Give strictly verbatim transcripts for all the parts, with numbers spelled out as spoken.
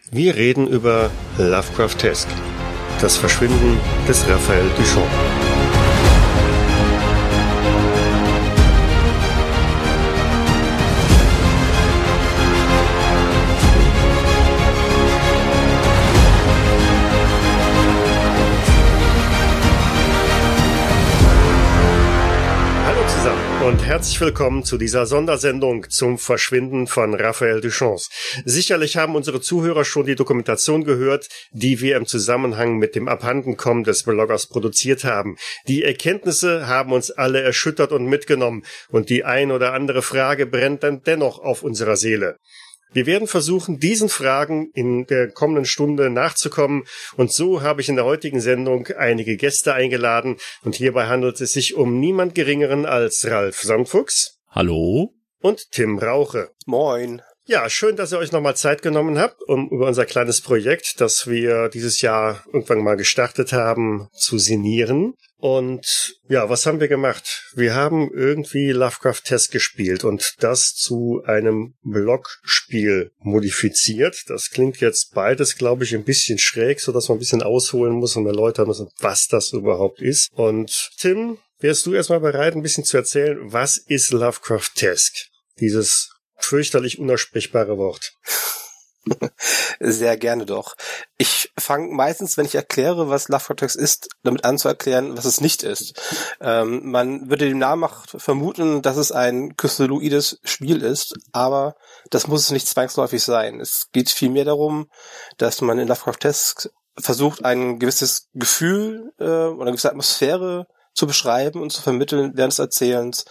Wir reden über Lovecraftesk, das Verschwinden des Raphael Duchamp. Und herzlich willkommen zu dieser Sondersendung zum Verschwinden von Raphael Duchamp. Sicherlich haben unsere Zuhörer schon die Dokumentation gehört, die wir im Zusammenhang mit dem Abhandenkommen des Bloggers produziert haben. Die Erkenntnisse haben uns alle erschüttert und mitgenommen und die ein oder andere Frage brennt dann dennoch auf unserer Seele. Wir werden versuchen, diesen Fragen in der kommenden Stunde nachzukommen und so habe ich in der heutigen Sendung einige Gäste eingeladen und hierbei handelt es sich um niemand Geringeren als Ralf Sandfuchs. Hallo. Und Tim Rauche. Moin. Ja, schön, dass ihr euch nochmal Zeit genommen habt, um über unser kleines Projekt, das wir dieses Jahr irgendwann mal gestartet haben, zu sinnieren. Und ja, was haben wir gemacht? Wir haben irgendwie Lovecraftesk gespielt und das zu einem Blockspiel modifiziert. Das klingt jetzt beides, glaube ich, ein bisschen schräg, so dass man ein bisschen ausholen muss und erläutern muss, was das überhaupt ist. Und Tim, wärst du erstmal bereit, ein bisschen zu erzählen, was ist Lovecraftesk? Dieses fürchterlich unaussprechbare Wort. Sehr gerne doch. Ich fange meistens, wenn ich erkläre, was Lovecraftesk ist, damit an zu erklären, was es nicht ist. Ähm, man würde dem Namen nach vermuten, dass es ein cthulhuides Spiel ist, aber das muss es nicht zwangsläufig sein. Es geht vielmehr darum, dass man in Lovecraftesk versucht, ein gewisses Gefühl äh, oder eine gewisse Atmosphäre zu beschreiben und zu vermitteln während des Erzählens.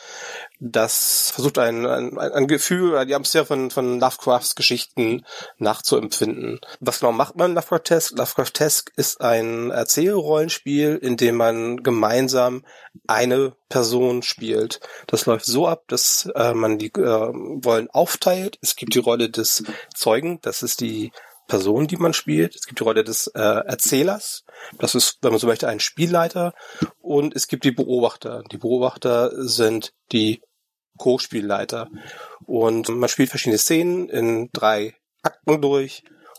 Das versucht ein, ein, ein Gefühl oder die Atmosphäre von, von Lovecrafts Geschichten nachzuempfinden. Was genau macht man in Lovecraftesk? Lovecraftesk ist ein Erzählrollenspiel, in dem man gemeinsam eine Person spielt. Das läuft so ab, dass äh, man die äh, Rollen aufteilt. Es gibt die Rolle des Zeugen, das ist die Person, die man spielt. Es gibt die Rolle des äh, Erzählers. Das ist, wenn man so möchte, ein Spielleiter. Und es gibt die Beobachter. Die Beobachter sind die Co-Spielleiter. Und man spielt verschiedene Szenen in drei Akten durch.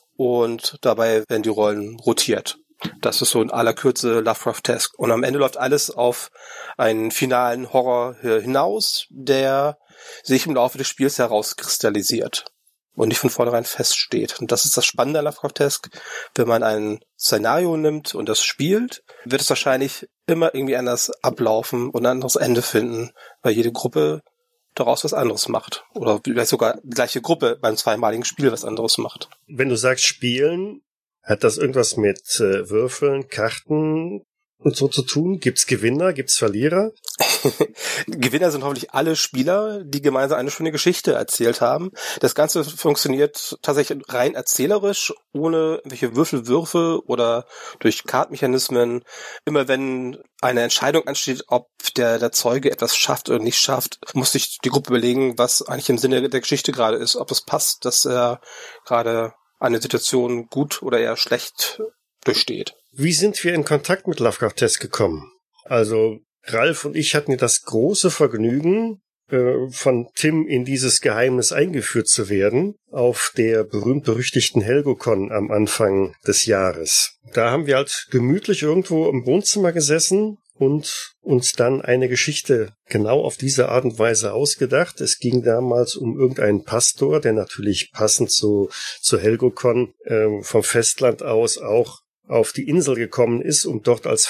Und dabei werden die Rollen rotiert. Das ist so in aller Kürze Lovecraftesk. Und am Ende läuft alles auf einen finalen Horror hinaus, der sich im Laufe des Spiels herauskristallisiert und nicht von vornherein feststeht. Und das ist das Spannende an Lovecraftesk. Wenn man ein Szenario nimmt und das spielt, wird es wahrscheinlich immer irgendwie anders ablaufen und ein anderes Ende finden, weil jede Gruppe daraus was anderes macht. Oder vielleicht sogar die gleiche Gruppe beim zweimaligen Spiel was anderes macht. Wenn du sagst spielen, hat das irgendwas mit äh, Würfeln, Karten und so zu tun? Gibt's Gewinner? Gibt's Verlierer? Gewinner sind hoffentlich alle Spieler, die gemeinsam eine schöne Geschichte erzählt haben. Das Ganze funktioniert tatsächlich rein erzählerisch, ohne welche Würfelwürfe oder durch Kartenmechanismen. Immer wenn eine Entscheidung ansteht, ob der, der Zeuge etwas schafft oder nicht schafft, muss sich die Gruppe überlegen, was eigentlich im Sinne der Geschichte gerade ist. Ob es passt, dass er gerade eine Situation gut oder eher schlecht durchsteht. Wie sind wir in Kontakt mit Lovecraftesk gekommen? Also Ralf und ich hatten das große Vergnügen, äh, von Tim in dieses Geheimnis eingeführt zu werden, auf der berühmt-berüchtigten Helgocon am Anfang des Jahres. Da haben wir halt gemütlich irgendwo im Wohnzimmer gesessen und uns dann eine Geschichte genau auf diese Art und Weise ausgedacht. Es ging damals um irgendeinen Pastor, der natürlich passend zu, zu Helgocon äh, vom Festland aus auch auf die Insel gekommen ist, um dort als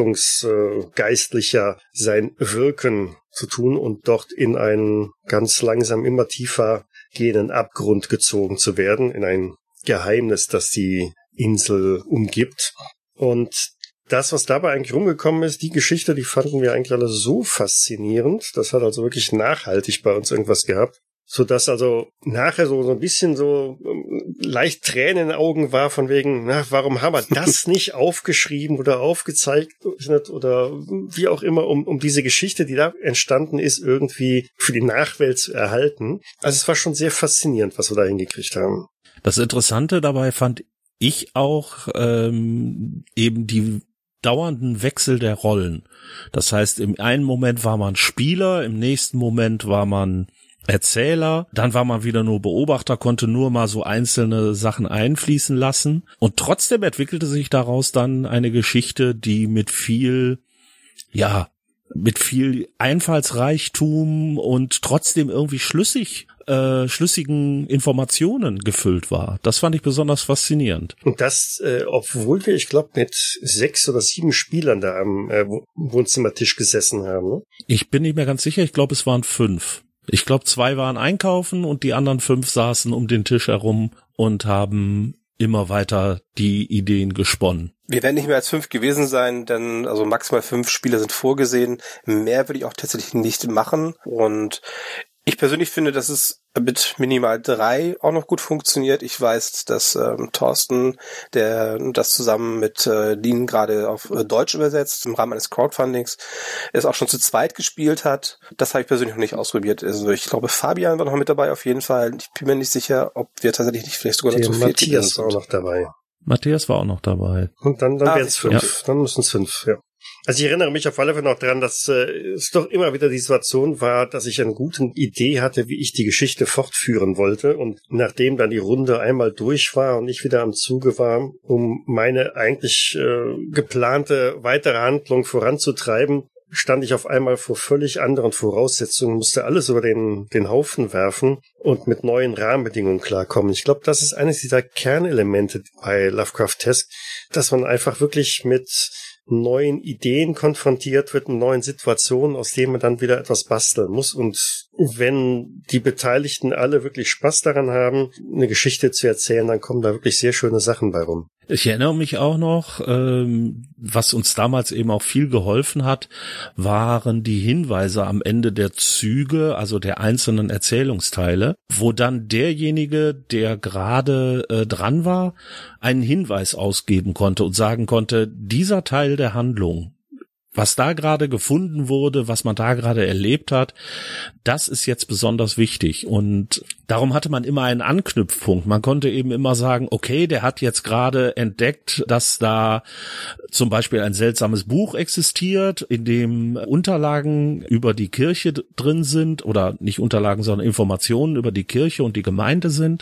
Vertretungsgeistlicher sein Wirken zu tun und dort in einen ganz langsam immer tiefer gehenden Abgrund gezogen zu werden, in ein Geheimnis, das die Insel umgibt. Und das, was dabei eigentlich rumgekommen ist, die Geschichte, die fanden wir eigentlich alle so faszinierend. Das hat also wirklich nachhaltig bei uns irgendwas gehabt. So dass also nachher so, so ein bisschen so leicht Tränen in den Augen war von wegen, na, warum haben wir das nicht aufgeschrieben oder aufgezeichnet oder wie auch immer, um, um diese Geschichte, die da entstanden ist, irgendwie für die Nachwelt zu erhalten. Also es war schon sehr faszinierend, was wir da hingekriegt haben. Das Interessante dabei fand ich auch ähm, eben die dauernden Wechsel der Rollen. Das heißt, im einen Moment war man Spieler, im nächsten Moment war man Erzähler, dann war man wieder nur Beobachter, konnte nur mal so einzelne Sachen einfließen lassen und trotzdem entwickelte sich daraus dann eine Geschichte, die mit viel, ja, mit viel Einfallsreichtum und trotzdem irgendwie schlüssig, äh, schlüssigen Informationen gefüllt war. Das fand ich besonders faszinierend. Und das, äh, obwohl wir, ich glaube, mit sechs oder sieben Spielern da am äh, Wohnzimmertisch gesessen haben. Ne? Ich bin nicht mehr ganz sicher, ich glaube, es waren fünf. Ich glaube, zwei waren einkaufen und die anderen fünf saßen um den Tisch herum und haben immer weiter die Ideen gesponnen. Wir werden nicht mehr als fünf gewesen sein, denn also maximal fünf Spieler sind vorgesehen. Mehr würde ich auch tatsächlich nicht machen. Und ich persönlich finde, dass es mit minimal drei auch noch gut funktioniert. Ich weiß, dass ähm, Thorsten, der das zusammen mit äh, Lien gerade auf äh, Deutsch übersetzt, im Rahmen eines Crowdfundings, es auch schon zu zweit gespielt hat. Das habe ich persönlich noch nicht ausprobiert. Also ich glaube, Fabian war noch mit dabei auf jeden Fall. Ich bin mir nicht sicher, ob wir tatsächlich nicht vielleicht sogar noch zu viel Matthias war auch noch dabei. Matthias war auch noch dabei. Und dann, dann ah, wären es fünf. Ja. Dann müssen es fünf, ja. Also ich erinnere mich auf alle Fälle noch dran, dass äh, es doch immer wieder die Situation war, dass ich eine gute Idee hatte, wie ich die Geschichte fortführen wollte. Und nachdem dann die Runde einmal durch war und ich wieder am Zuge war, um meine eigentlich äh, geplante weitere Handlung voranzutreiben, stand ich auf einmal vor völlig anderen Voraussetzungen, musste alles über den, den Haufen werfen und mit neuen Rahmenbedingungen klarkommen. Ich glaube, das ist eines dieser Kernelemente bei Lovecraft-Esque, dass man einfach wirklich mit neuen Ideen konfrontiert wird, mit neuen Situationen, aus denen man dann wieder etwas basteln muss. Und wenn die Beteiligten alle wirklich Spaß daran haben, eine Geschichte zu erzählen, dann kommen da wirklich sehr schöne Sachen bei rum. Ich erinnere mich auch noch, ähm, was uns damals eben auch viel geholfen hat, waren die Hinweise am Ende der Züge, also der einzelnen Erzählungsteile, wo dann derjenige, der gerade äh, dran war, einen Hinweis ausgeben konnte und sagen konnte, dieser Teil der Handlung, was da gerade gefunden wurde, was man da gerade erlebt hat, das ist jetzt besonders wichtig. Und darum hatte man immer einen Anknüpfpunkt. Man konnte eben immer sagen, okay, der hat jetzt gerade entdeckt, dass da zum Beispiel ein seltsames Buch existiert, in dem Unterlagen über die Kirche drin sind, oder nicht Unterlagen, sondern Informationen über die Kirche und die Gemeinde sind.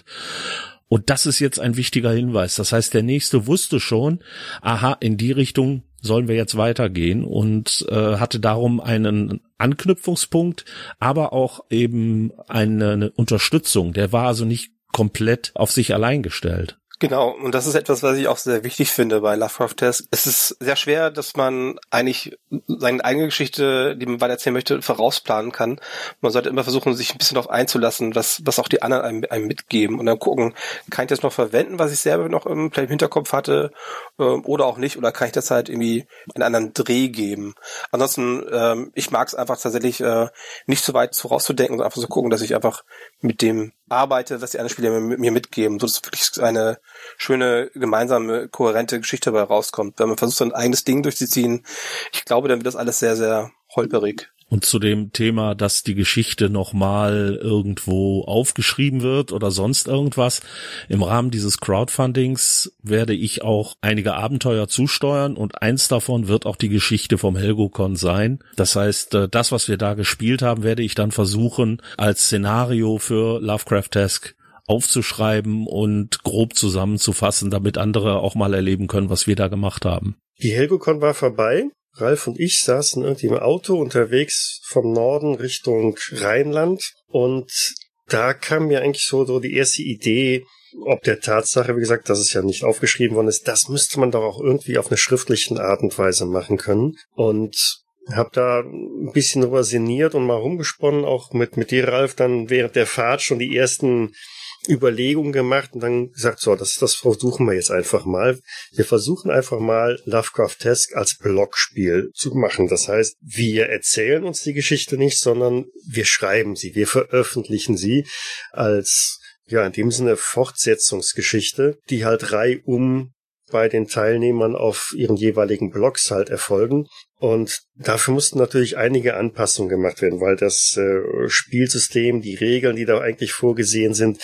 Und das ist jetzt ein wichtiger Hinweis. Das heißt, der Nächste wusste schon, aha, in die Richtung sollen wir jetzt weitergehen, und äh, hatte darum einen Anknüpfungspunkt, aber auch eben eine, eine Unterstützung. Der war also nicht komplett auf sich allein gestellt. Genau, und das ist etwas, was ich auch sehr wichtig finde bei Lovecraft-Esque. Es ist sehr schwer, dass man eigentlich seine eigene Geschichte, die man weiter erzählen möchte, vorausplanen kann. Man sollte immer versuchen, sich ein bisschen darauf einzulassen, was was auch die anderen einem, einem mitgeben, und dann gucken, kann ich das noch verwenden, was ich selber noch im, vielleicht im Hinterkopf hatte, äh, oder auch nicht, oder kann ich das halt irgendwie einen anderen Dreh geben. Ansonsten, ähm, ich mag es einfach tatsächlich äh, nicht so weit vorauszudenken, sondern einfach so gucken, dass ich einfach mit dem arbeite, was die anderen Spieler mir, mir mitgeben, so dass wirklich eine schöne, gemeinsame, kohärente Geschichte dabei rauskommt. Wenn man versucht, so ein eigenes Ding durchzuziehen, ich glaube, dann wird das alles sehr, sehr holperig. Und zu dem Thema, dass die Geschichte nochmal irgendwo aufgeschrieben wird oder sonst irgendwas. Im Rahmen dieses Crowdfundings werde ich auch einige Abenteuer zusteuern, und eins davon wird auch die Geschichte vom Helgocon sein. Das heißt, das, was wir da gespielt haben, werde ich dann versuchen, als Szenario für Lovecraft-Esque aufzuschreiben und grob zusammenzufassen, damit andere auch mal erleben können, was wir da gemacht haben. Die Helgocon war vorbei. Ralf und ich saßen irgendwie im Auto unterwegs vom Norden Richtung Rheinland, und da kam mir eigentlich so, so die erste Idee, ob der Tatsache, wie gesagt, dass es ja nicht aufgeschrieben worden ist, das müsste man doch auch irgendwie auf eine schriftliche Art und Weise machen können. Und habe da ein bisschen drüber sinniert und mal rumgesponnen, auch mit mit dir, Ralf, dann während der Fahrt schon die ersten Überlegungen gemacht und dann gesagt, so, das, das versuchen wir jetzt einfach mal. Wir versuchen einfach mal Lovecraft-Esque als Blockspiel zu machen. Das heißt, wir erzählen uns die Geschichte nicht, sondern wir schreiben sie, wir veröffentlichen sie als, ja, in dem Sinne Fortsetzungsgeschichte, die halt reihum bei den Teilnehmern auf ihren jeweiligen Blogs halt erfolgen. Und dafür mussten natürlich einige Anpassungen gemacht werden, weil das äh, Spielsystem, die Regeln, die da eigentlich vorgesehen sind,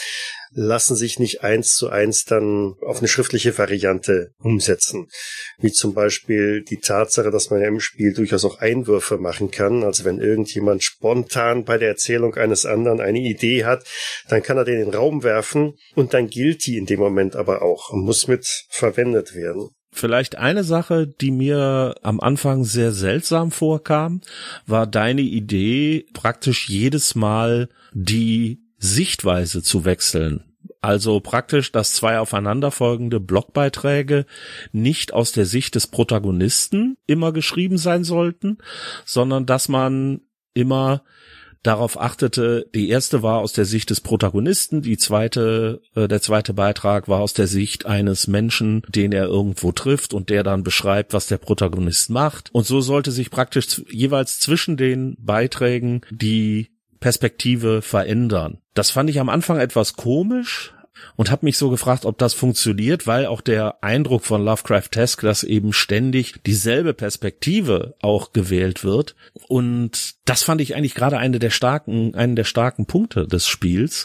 lassen sich nicht eins zu eins dann auf eine schriftliche Variante umsetzen. Wie zum Beispiel die Tatsache, dass man ja im Spiel durchaus auch Einwürfe machen kann. Also wenn irgendjemand spontan bei der Erzählung eines anderen eine Idee hat, dann kann er den in den Raum werfen und dann gilt die in dem Moment aber auch und muss mit verwendet werden. Vielleicht eine Sache, die mir am Anfang sehr seltsam vorkam, war deine Idee, praktisch jedes Mal die Sichtweise zu wechseln. Also praktisch, dass zwei aufeinanderfolgende Blogbeiträge nicht aus der Sicht des Protagonisten immer geschrieben sein sollten, sondern dass man immer darauf achtete, die erste war aus der Sicht des Protagonisten, die zweite, äh, der zweite Beitrag war aus der Sicht eines Menschen, den er irgendwo trifft und der dann beschreibt, was der Protagonist macht. Und so sollte sich praktisch z- jeweils zwischen den Beiträgen die Perspektive verändern. Das fand ich am Anfang etwas komisch und habe mich so gefragt, ob das funktioniert, weil auch der Eindruck von Lovecraft-esque, dass eben ständig dieselbe Perspektive auch gewählt wird. Und das fand ich eigentlich gerade eine der starken, einen der starken Punkte des Spiels.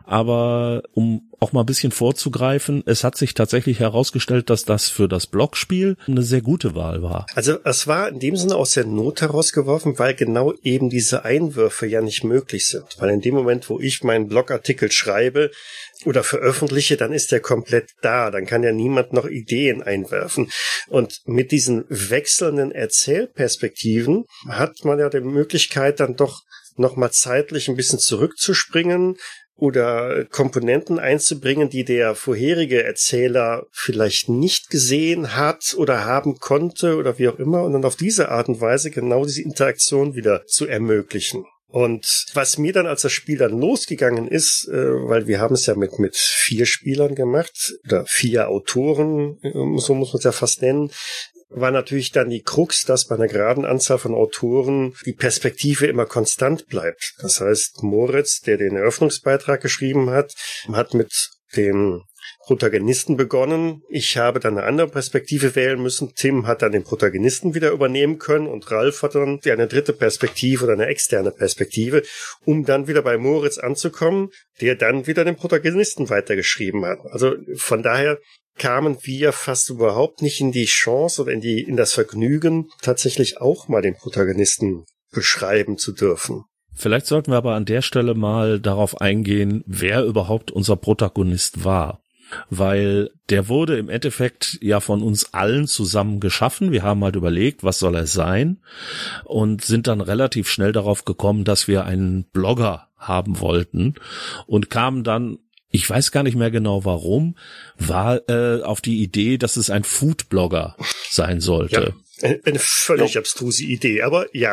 Aber um auch mal ein bisschen vorzugreifen, es hat sich tatsächlich herausgestellt, dass das für das Blogspiel eine sehr gute Wahl war. Also es war in dem Sinne aus der Not herausgeworfen, weil genau eben diese Einwürfe ja nicht möglich sind. Weil in dem Moment, wo ich meinen Blogartikel schreibe oder veröffentliche, dann ist der komplett da. Dann kann ja niemand noch Ideen einwerfen. Und mit diesen wechselnden Erzählperspektiven hat man ja die Möglichkeit, dann doch nochmal zeitlich ein bisschen zurückzuspringen oder Komponenten einzubringen, die der vorherige Erzähler vielleicht nicht gesehen hat oder haben konnte oder wie auch immer, und dann auf diese Art und Weise genau diese Interaktion wieder zu ermöglichen. Und was mir dann, als das Spiel dann losgegangen ist, äh, weil wir haben es ja mit mit vier Spielern gemacht oder vier Autoren, äh, so muss man es ja fast nennen, war natürlich dann die Krux, dass bei einer geraden Anzahl von Autoren die Perspektive immer konstant bleibt. Das heißt, Moritz, der den Eröffnungsbeitrag geschrieben hat, hat mit dem Protagonisten begonnen. Ich habe dann eine andere Perspektive wählen müssen. Tim hat dann den Protagonisten wieder übernehmen können und Ralf hat dann eine dritte Perspektive oder eine externe Perspektive, um dann wieder bei Moritz anzukommen, der dann wieder den Protagonisten weitergeschrieben hat. Also von daher kamen wir fast überhaupt nicht in die Chance oder in die in das Vergnügen, tatsächlich auch mal den Protagonisten beschreiben zu dürfen. Vielleicht sollten wir aber an der Stelle mal darauf eingehen, wer überhaupt unser Protagonist war. Weil der wurde im Endeffekt ja von uns allen zusammen geschaffen. Wir haben halt überlegt, was soll er sein, und sind dann relativ schnell darauf gekommen, dass wir einen Blogger haben wollten und kamen dann, ich weiß gar nicht mehr genau warum, war äh, auf die Idee, dass es ein Food-Blogger sein sollte. Ja, eine, eine völlig ja. abstruse Idee, aber ja.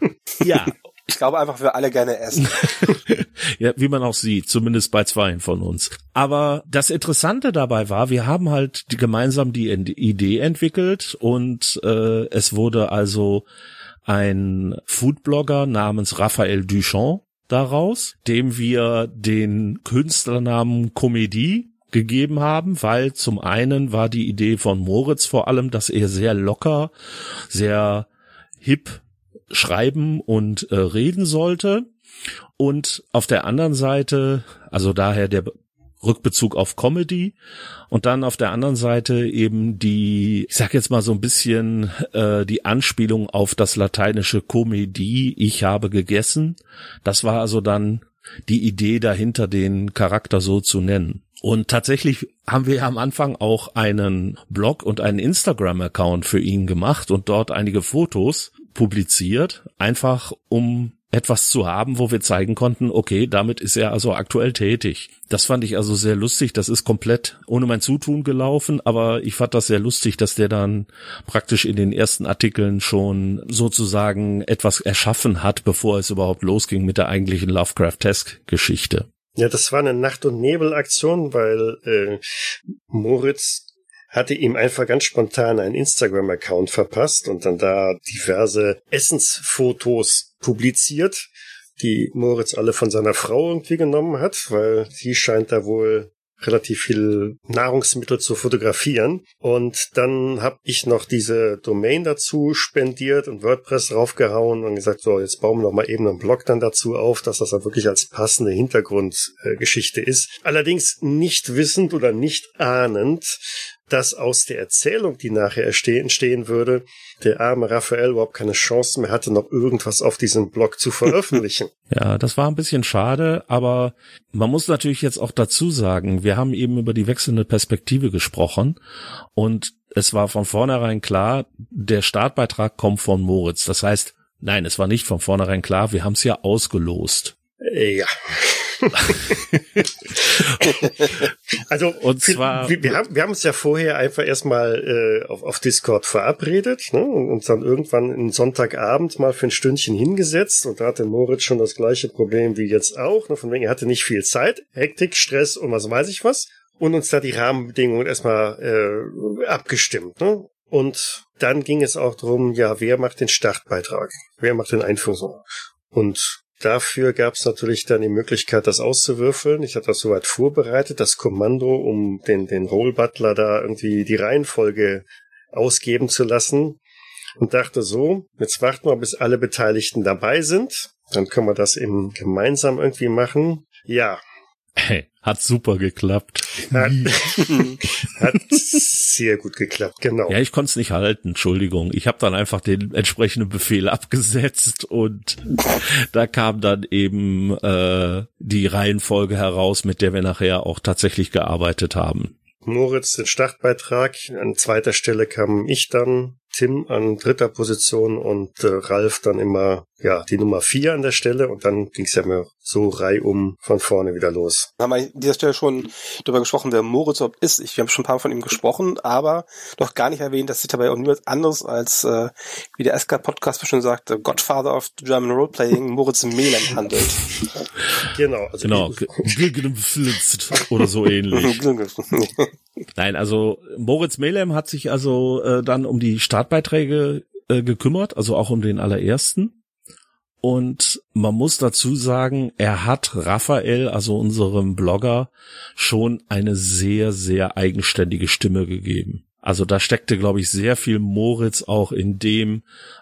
Ja. Ich glaube einfach, wir alle gerne essen. Ja, wie man auch sieht, zumindest bei zweien von uns. Aber das Interessante dabei war, wir haben halt die, gemeinsam die Idee entwickelt und äh, es wurde also ein Foodblogger namens Raphael Duchamp daraus, dem wir den Künstlernamen Comédie gegeben haben, weil zum einen war die Idee von Moritz vor allem, dass er sehr locker, sehr hip schreiben und äh, reden sollte, und auf der anderen Seite, also daher der Rückbezug auf Comedy, und dann auf der anderen Seite eben die, ich sag jetzt mal so ein bisschen äh, die Anspielung auf das lateinische Comedie, ich habe gegessen. Das war also dann die Idee dahinter, den Charakter so zu nennen. Und tatsächlich haben wir am Anfang auch einen Blog und einen Instagram-Account für ihn gemacht und dort einige Fotos publiziert, einfach um etwas zu haben, wo wir zeigen konnten, okay, damit ist er also aktuell tätig. Das fand ich also sehr lustig. Das ist komplett ohne mein Zutun gelaufen, aber ich fand das sehr lustig, dass der dann praktisch in den ersten Artikeln schon sozusagen etwas erschaffen hat, bevor es überhaupt losging mit der eigentlichen Lovecraft-esque-Geschichte. Ja, das war eine Nacht- und Nebel-Aktion, weil äh, Moritz hatte ihm einfach ganz spontan einen Instagram-Account verpasst und dann da diverse Essensfotos publiziert, die Moritz alle von seiner Frau irgendwie genommen hat, weil sie scheint da wohl relativ viel Nahrungsmittel zu fotografieren. Und dann habe ich noch diese Domain dazu spendiert und WordPress draufgehauen und gesagt, so, jetzt bauen wir noch mal eben einen Blog dann dazu auf, dass das dann wirklich als passende Hintergrundgeschichte äh, ist. Allerdings nicht wissend oder nicht ahnend, dass aus der Erzählung, die nachher entstehen würde, der arme Raphael überhaupt keine Chance mehr hatte, noch irgendwas auf diesem Blog zu veröffentlichen. Ja, das war ein bisschen schade, aber man muss natürlich jetzt auch dazu sagen, wir haben eben über die wechselnde Perspektive gesprochen und es war von vornherein klar, der Startbeitrag kommt von Moritz. Das heißt, nein, es war nicht von vornherein klar, wir haben es ja ausgelost. Ja. Also und zwar wir, wir haben wir haben uns ja vorher einfach erstmal äh, auf auf Discord verabredet, ne, und uns dann irgendwann einen Sonntagabend mal für ein Stündchen hingesetzt und da hatte Moritz schon das gleiche Problem wie jetzt auch, ne, von wegen er hatte nicht viel Zeit, Hektik, Stress und was weiß ich was und uns da die Rahmenbedingungen erstmal äh, abgestimmt, ne? Und dann ging es auch darum, ja, wer macht den Startbeitrag? Wer macht den Einführung? Und dafür gab es natürlich dann die Möglichkeit, das auszuwürfeln. Ich hatte das soweit vorbereitet, das Kommando, um den, den Role Butler da irgendwie die Reihenfolge ausgeben zu lassen. Und dachte so, jetzt warten wir, bis alle Beteiligten dabei sind. Dann können wir das eben gemeinsam irgendwie machen. Ja. Hey, hat super geklappt. Hat, hat sehr gut geklappt, genau. Ja, ich konnte es nicht halten, Entschuldigung. Ich habe dann einfach den entsprechenden Befehl abgesetzt und da kam dann eben äh, die Reihenfolge heraus, mit der wir nachher auch tatsächlich gearbeitet haben. Moritz den Startbeitrag, an zweiter Stelle kam ich dann, Tim an dritter Position und äh, Ralf dann immer ja die Nummer vier an der Stelle und dann ging es ja mehr so reihum von vorne wieder los. Wir haben an dieser Stelle schon darüber gesprochen, wer Moritz überhaupt ist. Ich, wir haben schon ein paar von ihm gesprochen, aber noch gar nicht erwähnt, dass sich dabei um nichts anderes als, äh, wie der S K-Podcast schon sagt, the Godfather of German Roleplaying, Moritz Melem handelt. Genau. Also genau. Oder so ähnlich. Nein, also Moritz Melem hat sich also äh, dann um die Startbeiträge äh, gekümmert, also auch um den allerersten. Und man muss dazu sagen, er hat Raphael, also unserem Blogger, schon eine sehr, sehr eigenständige Stimme gegeben. Also da steckte, glaube ich, sehr viel Moritz auch in dem,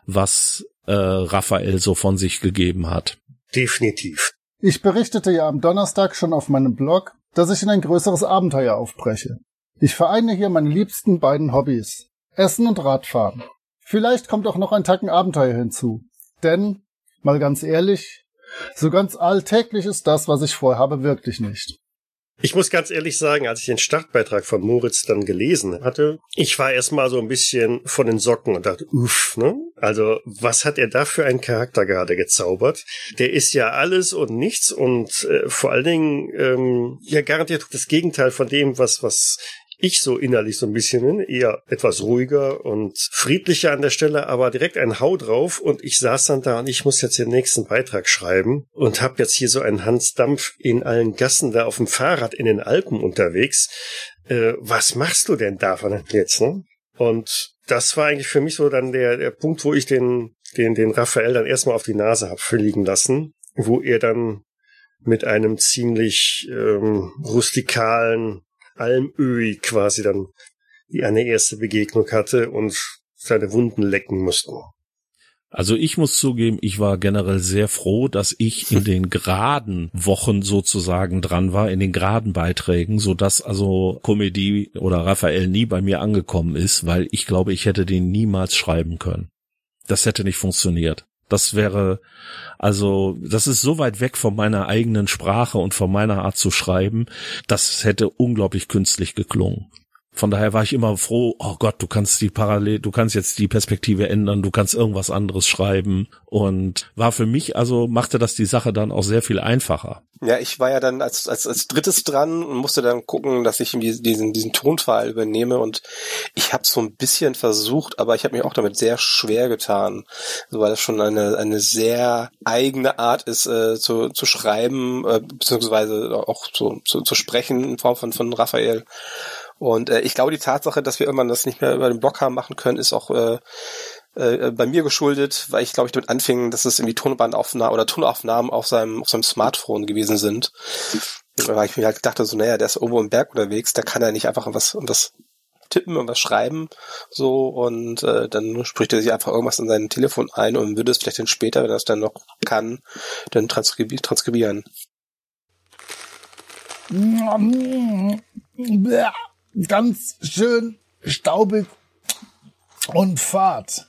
was äh, Raphael so von sich gegeben hat. Definitiv. Ich berichtete ja am Donnerstag schon auf meinem Blog, dass ich in ein größeres Abenteuer aufbreche. Ich vereine hier meine liebsten beiden Hobbys. Essen und Radfahren. Vielleicht kommt auch noch ein Tacken Abenteuer hinzu. Denn, mal ganz ehrlich, so ganz alltäglich ist das, was ich vorhabe, wirklich nicht. Ich muss ganz ehrlich sagen, als ich den Startbeitrag von Moritz dann gelesen hatte, ich war erstmal so ein bisschen von den Socken und dachte, uff, ne? Also, was hat er da für einen Charakter gerade gezaubert? Der ist ja alles und nichts und äh, vor allen Dingen ähm, ja garantiert das Gegenteil von dem, was was ich so innerlich so ein bisschen bin, eher etwas ruhiger und friedlicher an der Stelle, aber direkt ein Hau drauf und ich saß dann da und ich muss jetzt den nächsten Beitrag schreiben und hab jetzt hier so einen Hans Dampf in allen Gassen da auf dem Fahrrad in den Alpen unterwegs. Äh, was machst du denn davon jetzt, ne? Und das war eigentlich für mich so dann der, der Punkt, wo ich den, den, den Raphael dann erstmal auf die Nase hab fliegen lassen, wo er dann mit einem ziemlich ähm, rustikalen Almöhi quasi dann die eine erste Begegnung hatte und seine Wunden lecken musste. Also ich muss zugeben, ich war generell sehr froh, dass ich in den geraden Wochen sozusagen dran war, in den geraden Beiträgen, so dass also Comedy oder Raphael nie bei mir angekommen ist, weil ich glaube, ich hätte den niemals schreiben können. Das hätte nicht funktioniert. Das wäre, also, das ist so weit weg von meiner eigenen Sprache und von meiner Art zu schreiben, das hätte unglaublich künstlich geklungen. Von daher war ich immer froh, oh Gott, du kannst die Parallel, du kannst jetzt die Perspektive ändern, du kannst irgendwas anderes schreiben und war für mich, also machte das die Sache dann auch sehr viel einfacher. Ja, ich war ja dann als als als drittes dran und musste dann gucken, dass ich diesen diesen Tonfall übernehme und ich habe so ein bisschen versucht, aber ich habe mich auch damit sehr schwer getan, so, weil das schon eine eine sehr eigene Art ist äh, zu zu schreiben äh, beziehungsweise auch zu, zu zu sprechen in Form von von Raphael. Und äh, ich glaube, die Tatsache, dass wir irgendwann das nicht mehr über den Blog haben machen können, ist auch äh, äh, bei mir geschuldet, weil ich glaube, ich damit anfing, dass es irgendwie Tonbandaufnahmen oder Tonaufnahmen auf seinem auf seinem Smartphone gewesen sind. Weil ich mir halt dachte, so, naja, der ist irgendwo im Berg unterwegs, da kann er nicht einfach was, was tippen und was schreiben, so, und äh, dann spricht er sich einfach irgendwas in sein Telefon ein und würde es vielleicht dann später, wenn er es dann noch kann, dann transkribi- transkribieren. Ganz schön staubig und fad.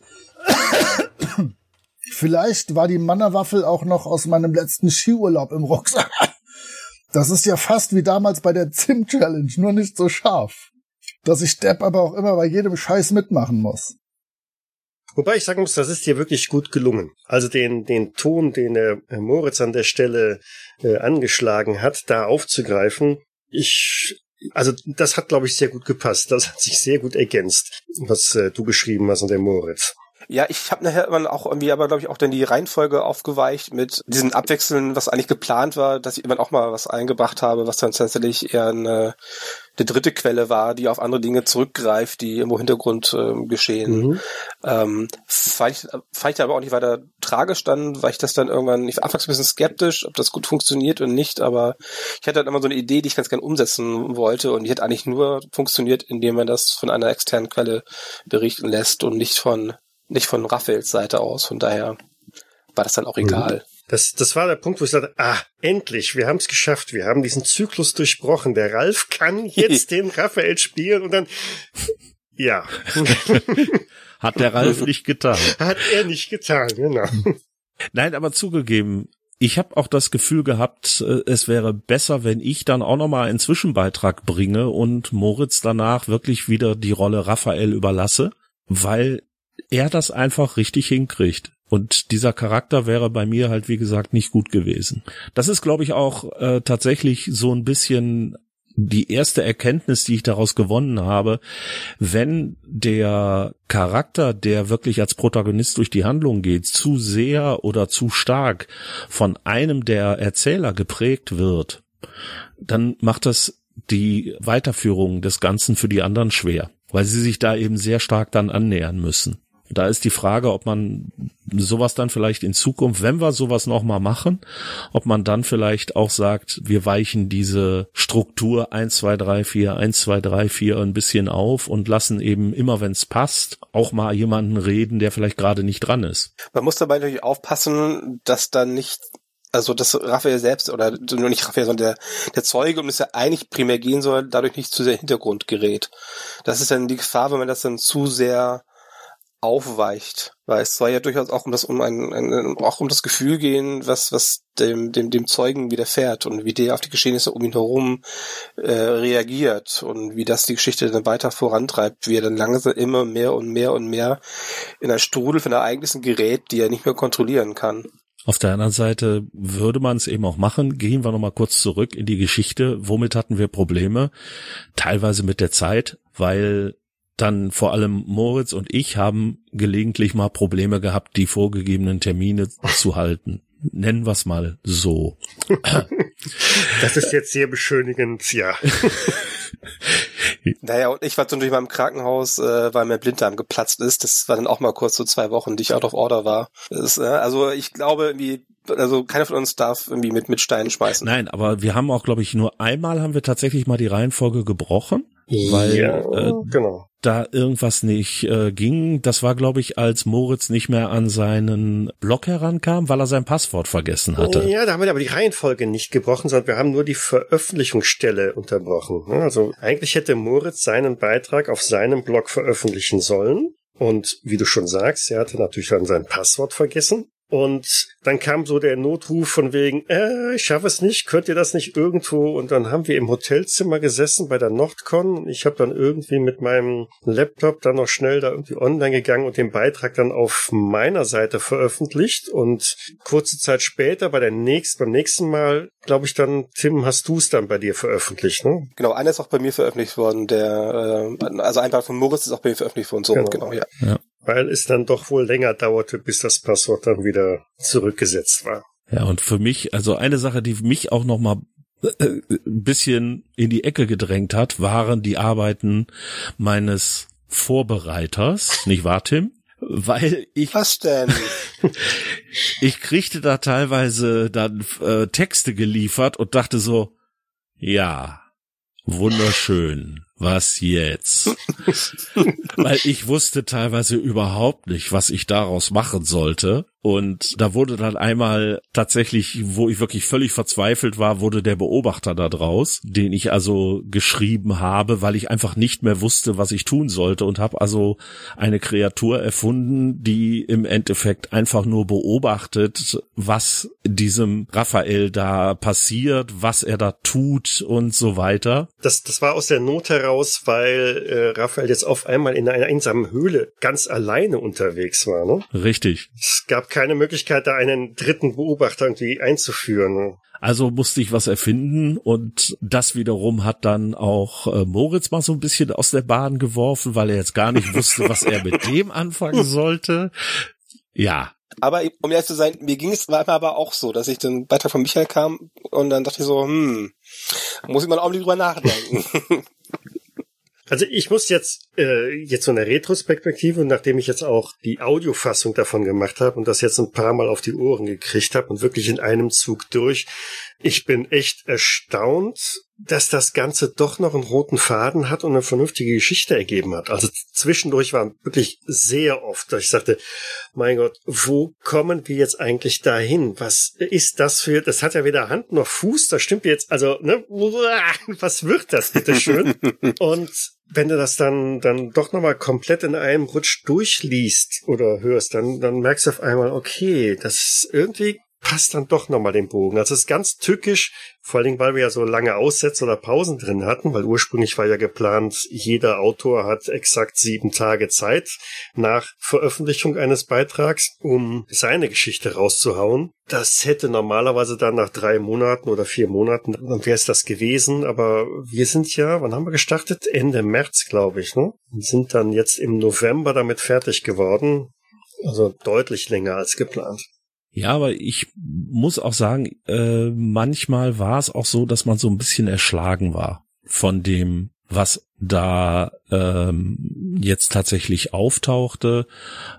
Vielleicht war die Mannerwaffel auch noch aus meinem letzten Skiurlaub im Rucksack. Das ist ja fast wie damals bei der Zim-Challenge, nur nicht so scharf. Dass ich Depp aber auch immer bei jedem Scheiß mitmachen muss. Wobei ich sagen muss, das ist dir wirklich gut gelungen. Also den den Ton, den der Moritz an der Stelle äh, angeschlagen hat, da aufzugreifen, ich, also das hat, glaube ich, sehr gut gepasst. Das hat sich sehr gut ergänzt, was äh, du geschrieben hast und der Moritz. Ja, ich habe nachher immer auch irgendwie, aber glaube ich auch dann die Reihenfolge aufgeweicht mit diesen Abwechseln, was eigentlich geplant war, dass ich immer auch mal was eingebracht habe, was dann tatsächlich eher eine, eine dritte Quelle war, die auf andere Dinge zurückgreift, die irgendwo im Hintergrund äh, geschehen. Mhm. Ähm, fand ich, fand ich aber auch nicht weiter tragisch dann, weil ich das dann irgendwann, ich war anfangs ein bisschen skeptisch, ob das gut funktioniert oder nicht, aber ich hatte dann immer so eine Idee, die ich ganz gern umsetzen wollte, und die hat eigentlich nur funktioniert, indem man das von einer externen Quelle berichten lässt und nicht von Nicht von Raphaels Seite aus, von daher war das dann auch egal. Das, das war der Punkt, wo ich sagte, ah, endlich, wir haben es geschafft, wir haben diesen Zyklus durchbrochen, der Ralf kann jetzt den Raphael spielen, und dann, ja. Hat der Ralf nicht getan. Hat er nicht getan, genau. Nein, aber zugegeben, ich habe auch das Gefühl gehabt, es wäre besser, wenn ich dann auch nochmal einen Zwischenbeitrag bringe und Moritz danach wirklich wieder die Rolle Raphael überlasse, weil er das einfach richtig hinkriegt. Und dieser Charakter wäre bei mir halt, wie gesagt, nicht gut gewesen. Das ist, glaube ich, auch äh, tatsächlich so ein bisschen die erste Erkenntnis, die ich daraus gewonnen habe. Wenn der Charakter, der wirklich als Protagonist durch die Handlung geht, zu sehr oder zu stark von einem der Erzähler geprägt wird, dann macht das die Weiterführung des Ganzen für die anderen schwer, weil sie sich da eben sehr stark dann annähern müssen. Da ist die Frage, ob man sowas dann vielleicht in Zukunft, wenn wir sowas nochmal machen, ob man dann vielleicht auch sagt, wir weichen diese Struktur eins, zwei, drei, vier, eins, zwei, drei, vier ein bisschen auf und lassen eben immer, wenn es passt, auch mal jemanden reden, der vielleicht gerade nicht dran ist. Man muss dabei natürlich aufpassen, dass dann nicht, also dass Raphael selbst, oder nur nicht Raphael, sondern der, der Zeuge, um das ja eigentlich primär gehen soll, dadurch nicht zu sehr in den Hintergrund gerät. Das ist dann die Gefahr, wenn man das dann zu sehr aufweicht, weil es soll ja durchaus auch um das um ein, ein auch um das Gefühl gehen, was was dem dem dem Zeugen widerfährt und wie der auf die Geschehnisse um ihn herum äh, reagiert und wie das die Geschichte dann weiter vorantreibt, wie er dann langsam immer mehr und mehr und mehr in ein Strudel von Ereignissen gerät, die er nicht mehr kontrollieren kann. Auf der anderen Seite würde man es eben auch machen. Gehen wir nochmal kurz zurück in die Geschichte. Womit hatten wir Probleme? Teilweise mit der Zeit, weil dann vor allem Moritz und ich haben gelegentlich mal Probleme gehabt, die vorgegebenen Termine zu halten. Nennen wir es mal so. Das ist jetzt sehr beschönigend, ja. Naja, und ich war natürlich mal im Krankenhaus, äh, weil mein Blinddarm geplatzt ist. Das war dann auch mal kurz so zwei Wochen, die ich out of order war. Das ist, äh, also ich glaube, irgendwie, also keiner von uns darf irgendwie mit, mit Steinen schmeißen. Nein, aber wir haben auch, glaube ich, nur einmal haben wir tatsächlich mal die Reihenfolge gebrochen. Weil ja, äh, genau. da irgendwas nicht äh, ging. Das war, glaube ich, als Moritz nicht mehr an seinen Blog herankam, weil er sein Passwort vergessen hatte. Ja, da haben wir aber die Reihenfolge nicht gebrochen, sondern wir haben nur die Veröffentlichungsstelle unterbrochen. Also eigentlich hätte Moritz seinen Beitrag auf seinem Blog veröffentlichen sollen. Und wie du schon sagst, er hatte natürlich dann sein Passwort vergessen. Und dann kam so der Notruf von wegen, äh, ich schaffe es nicht, könnt ihr das nicht irgendwo? Und dann haben wir im Hotelzimmer gesessen bei der Nordcon. Ich habe dann irgendwie mit meinem Laptop dann noch schnell da irgendwie online gegangen und den Beitrag dann auf meiner Seite veröffentlicht. Und kurze Zeit später, bei der nächsten, beim nächsten Mal, glaube ich dann, Tim, hast du es dann bei dir veröffentlicht, ne? Genau, einer ist auch bei mir veröffentlicht worden, der, äh, also ein Beitrag von Moritz ist auch bei mir veröffentlicht worden, so, genau, genau ja. ja. Weil es dann doch wohl länger dauerte, bis das Passwort dann wieder zurückgesetzt war. Ja, und für mich, also eine Sache, die mich auch noch mal ein bisschen in die Ecke gedrängt hat, waren die Arbeiten meines Vorbereiters, nicht wahr, Tim? Weil ich... Was denn? Ich kriegte da teilweise dann äh, Texte geliefert und dachte so, ja, wunderschön, was jetzt? Weil ich wusste teilweise überhaupt nicht, was ich daraus machen sollte. Und da wurde dann einmal tatsächlich, wo ich wirklich völlig verzweifelt war, wurde der Beobachter da draus, den ich also geschrieben habe, weil ich einfach nicht mehr wusste, was ich tun sollte, und habe also eine Kreatur erfunden, die im Endeffekt einfach nur beobachtet, was diesem Raphael da passiert, was er da tut und so weiter. Das, das war aus der Not heraus, weil äh, Raphael jetzt auf einmal in einer einsamen Höhle ganz alleine unterwegs war, ne? Richtig. Es gab keine Möglichkeit, da einen dritten Beobachter irgendwie einzuführen. Ne? Also musste ich was erfinden, und das wiederum hat dann auch äh, Moritz mal so ein bisschen aus der Bahn geworfen, weil er jetzt gar nicht wusste, was er mit dem anfangen sollte. Ja. Aber um ehrlich zu sein, mir ging es manchmal aber auch so, dass ich den Beitrag von Michael kam und dann dachte ich so, hm, muss ich mal auch drüber nachdenken. Also ich muss jetzt äh, jetzt so eine Retrospektive, nachdem ich jetzt auch die Audiofassung davon gemacht habe und das jetzt ein paar Mal auf die Ohren gekriegt habe und wirklich in einem Zug durch, ich bin echt erstaunt, dass das Ganze doch noch einen roten Faden hat und eine vernünftige Geschichte ergeben hat. Also zwischendurch war wirklich sehr oft, dass ich sagte, mein Gott, wo kommen wir jetzt eigentlich dahin? Was ist das für, das hat ja weder Hand noch Fuß, das stimmt jetzt, also, ne, was wird das, bitteschön? Und wenn du das dann, dann doch nochmal komplett in einem Rutsch durchliest oder hörst, dann, dann merkst du auf einmal, okay, das irgendwie passt dann doch nochmal den Bogen. Also es ist ganz tückisch, vor allen Dingen, weil wir ja so lange Aussätze oder Pausen drin hatten, weil ursprünglich war ja geplant, jeder Autor hat exakt sieben Tage Zeit nach Veröffentlichung eines Beitrags, um seine Geschichte rauszuhauen. Das hätte normalerweise dann nach drei Monaten oder vier Monaten, dann wäre es das gewesen, aber wir sind ja, wann haben wir gestartet? Ende März, glaube ich, ne? Und sind dann jetzt im November damit fertig geworden, also deutlich länger als geplant. Ja, aber ich muss auch sagen, äh, manchmal war es auch so, dass man so ein bisschen erschlagen war von dem, was da ähm, jetzt tatsächlich auftauchte,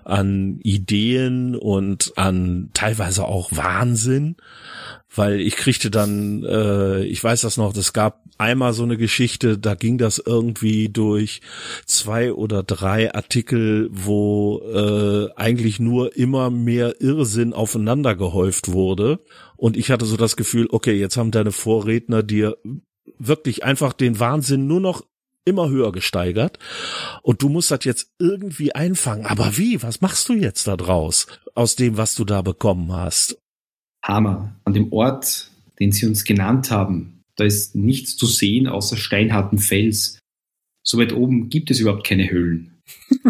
an Ideen und an teilweise auch Wahnsinn, weil ich kriegte dann, äh, ich weiß das noch, es gab einmal so eine Geschichte, da ging das irgendwie durch zwei oder drei Artikel, wo äh, eigentlich nur immer mehr Irrsinn aufeinander gehäuft wurde, und ich hatte so das Gefühl, okay, jetzt haben deine Vorredner dir wirklich einfach den Wahnsinn nur noch immer höher gesteigert und du musst das jetzt irgendwie einfangen. Aber wie? Was machst du jetzt da draus aus dem, was du da bekommen hast? Hammer. An dem Ort, den sie uns genannt haben, da ist nichts zu sehen außer steinharten Fels. So weit oben gibt es überhaupt keine Höhlen.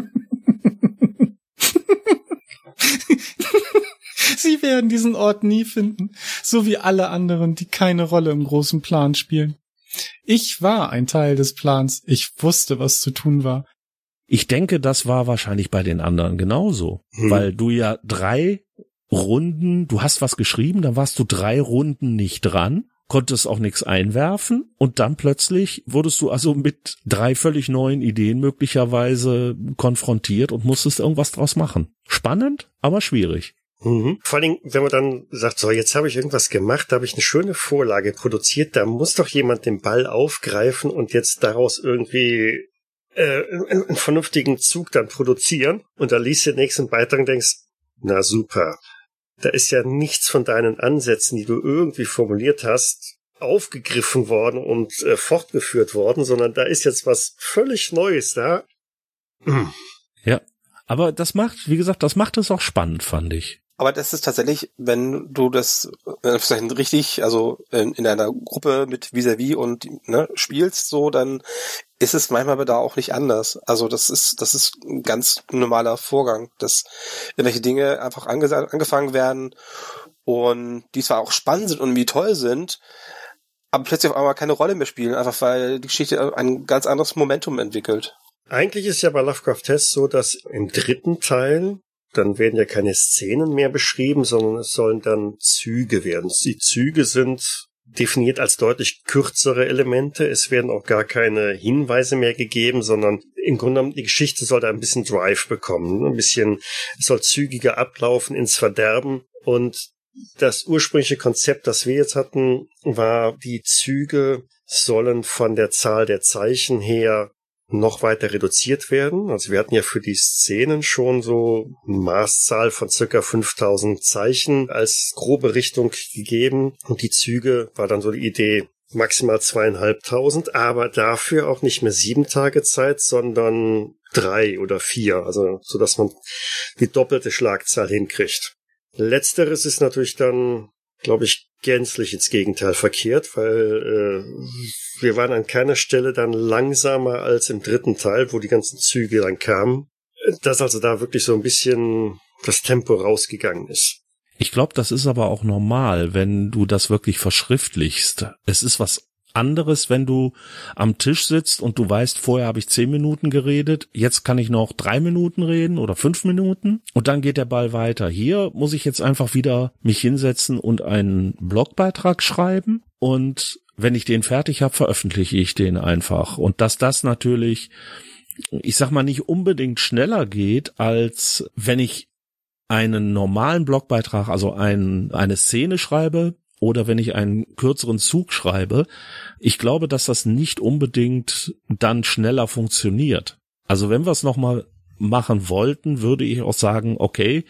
Sie werden diesen Ort nie finden, so wie alle anderen, die keine Rolle im großen Plan spielen. Ich war ein Teil des Plans. Ich wusste, was zu tun war. Ich denke, das war wahrscheinlich bei den anderen genauso, hm. weil du ja drei Runden, du hast was geschrieben, dann warst du drei Runden nicht dran, konntest auch nichts einwerfen und dann plötzlich wurdest du also mit drei völlig neuen Ideen möglicherweise konfrontiert und musstest irgendwas draus machen. Spannend, aber schwierig. Mhm. Vor allem, wenn man dann sagt, so, jetzt habe ich irgendwas gemacht, da habe ich eine schöne Vorlage produziert, da muss doch jemand den Ball aufgreifen und jetzt daraus irgendwie äh, einen, einen vernünftigen Zug dann produzieren. Und da liest du den nächsten Beitrag und denkst, na super, da ist ja nichts von deinen Ansätzen, die du irgendwie formuliert hast, aufgegriffen worden und äh, fortgeführt worden, sondern da ist jetzt was völlig Neues da. Mhm. Ja, aber das macht, wie gesagt, das macht es auch spannend, fand ich. Aber das ist tatsächlich, wenn du das äh, richtig, also in, in einer Gruppe mit Vis-à-vis und ne, spielst, so, dann ist es manchmal da auch nicht anders. Also das ist das ist ein ganz normaler Vorgang, dass irgendwelche Dinge einfach ange- angefangen werden und die zwar auch spannend sind und wie toll sind, aber plötzlich auf einmal keine Rolle mehr spielen, einfach weil die Geschichte ein ganz anderes Momentum entwickelt. Eigentlich ist ja bei Lovecraft Test so, dass im dritten Teil dann werden ja keine Szenen mehr beschrieben, sondern es sollen dann Züge werden. Die Züge sind definiert als deutlich kürzere Elemente. Es werden auch gar keine Hinweise mehr gegeben, sondern im Grunde genommen die Geschichte soll da ein bisschen Drive bekommen. Ein bisschen, es soll zügiger ablaufen ins Verderben. Und das ursprüngliche Konzept, das wir jetzt hatten, war, die Züge sollen von der Zahl der Zeichen her noch weiter reduziert werden. Also wir hatten ja für die Szenen schon so eine Maßzahl von circa fünftausend Zeichen als grobe Richtung gegeben. Und die Züge war dann so die Idee, maximal zweieinhalbtausend, aber dafür auch nicht mehr sieben Tage Zeit, sondern drei oder vier. Also so, dass man die doppelte Schlagzahl hinkriegt. Letzteres ist natürlich dann, glaube ich, gänzlich ins Gegenteil verkehrt, weil äh, wir waren an keiner Stelle dann langsamer als im dritten Teil, wo die ganzen Züge dann kamen, dass also da wirklich so ein bisschen das Tempo rausgegangen ist. Ich glaube, das ist aber auch normal, wenn du das wirklich verschriftlichst. Es ist was anderes, wenn du am Tisch sitzt und du weißt, vorher habe ich zehn Minuten geredet, jetzt kann ich noch drei Minuten reden oder fünf Minuten und dann geht der Ball weiter. Hier muss ich jetzt einfach wieder mich hinsetzen und einen Blogbeitrag schreiben und wenn ich den fertig habe, veröffentliche ich den einfach. Und dass das natürlich, ich sag mal, nicht unbedingt schneller geht, als wenn ich einen normalen Blogbeitrag, also ein, eine Szene schreibe, oder wenn ich einen kürzeren Zug schreibe, ich glaube, dass das nicht unbedingt dann schneller funktioniert. Also wenn wir es nochmal machen wollten, würde ich auch sagen, okay,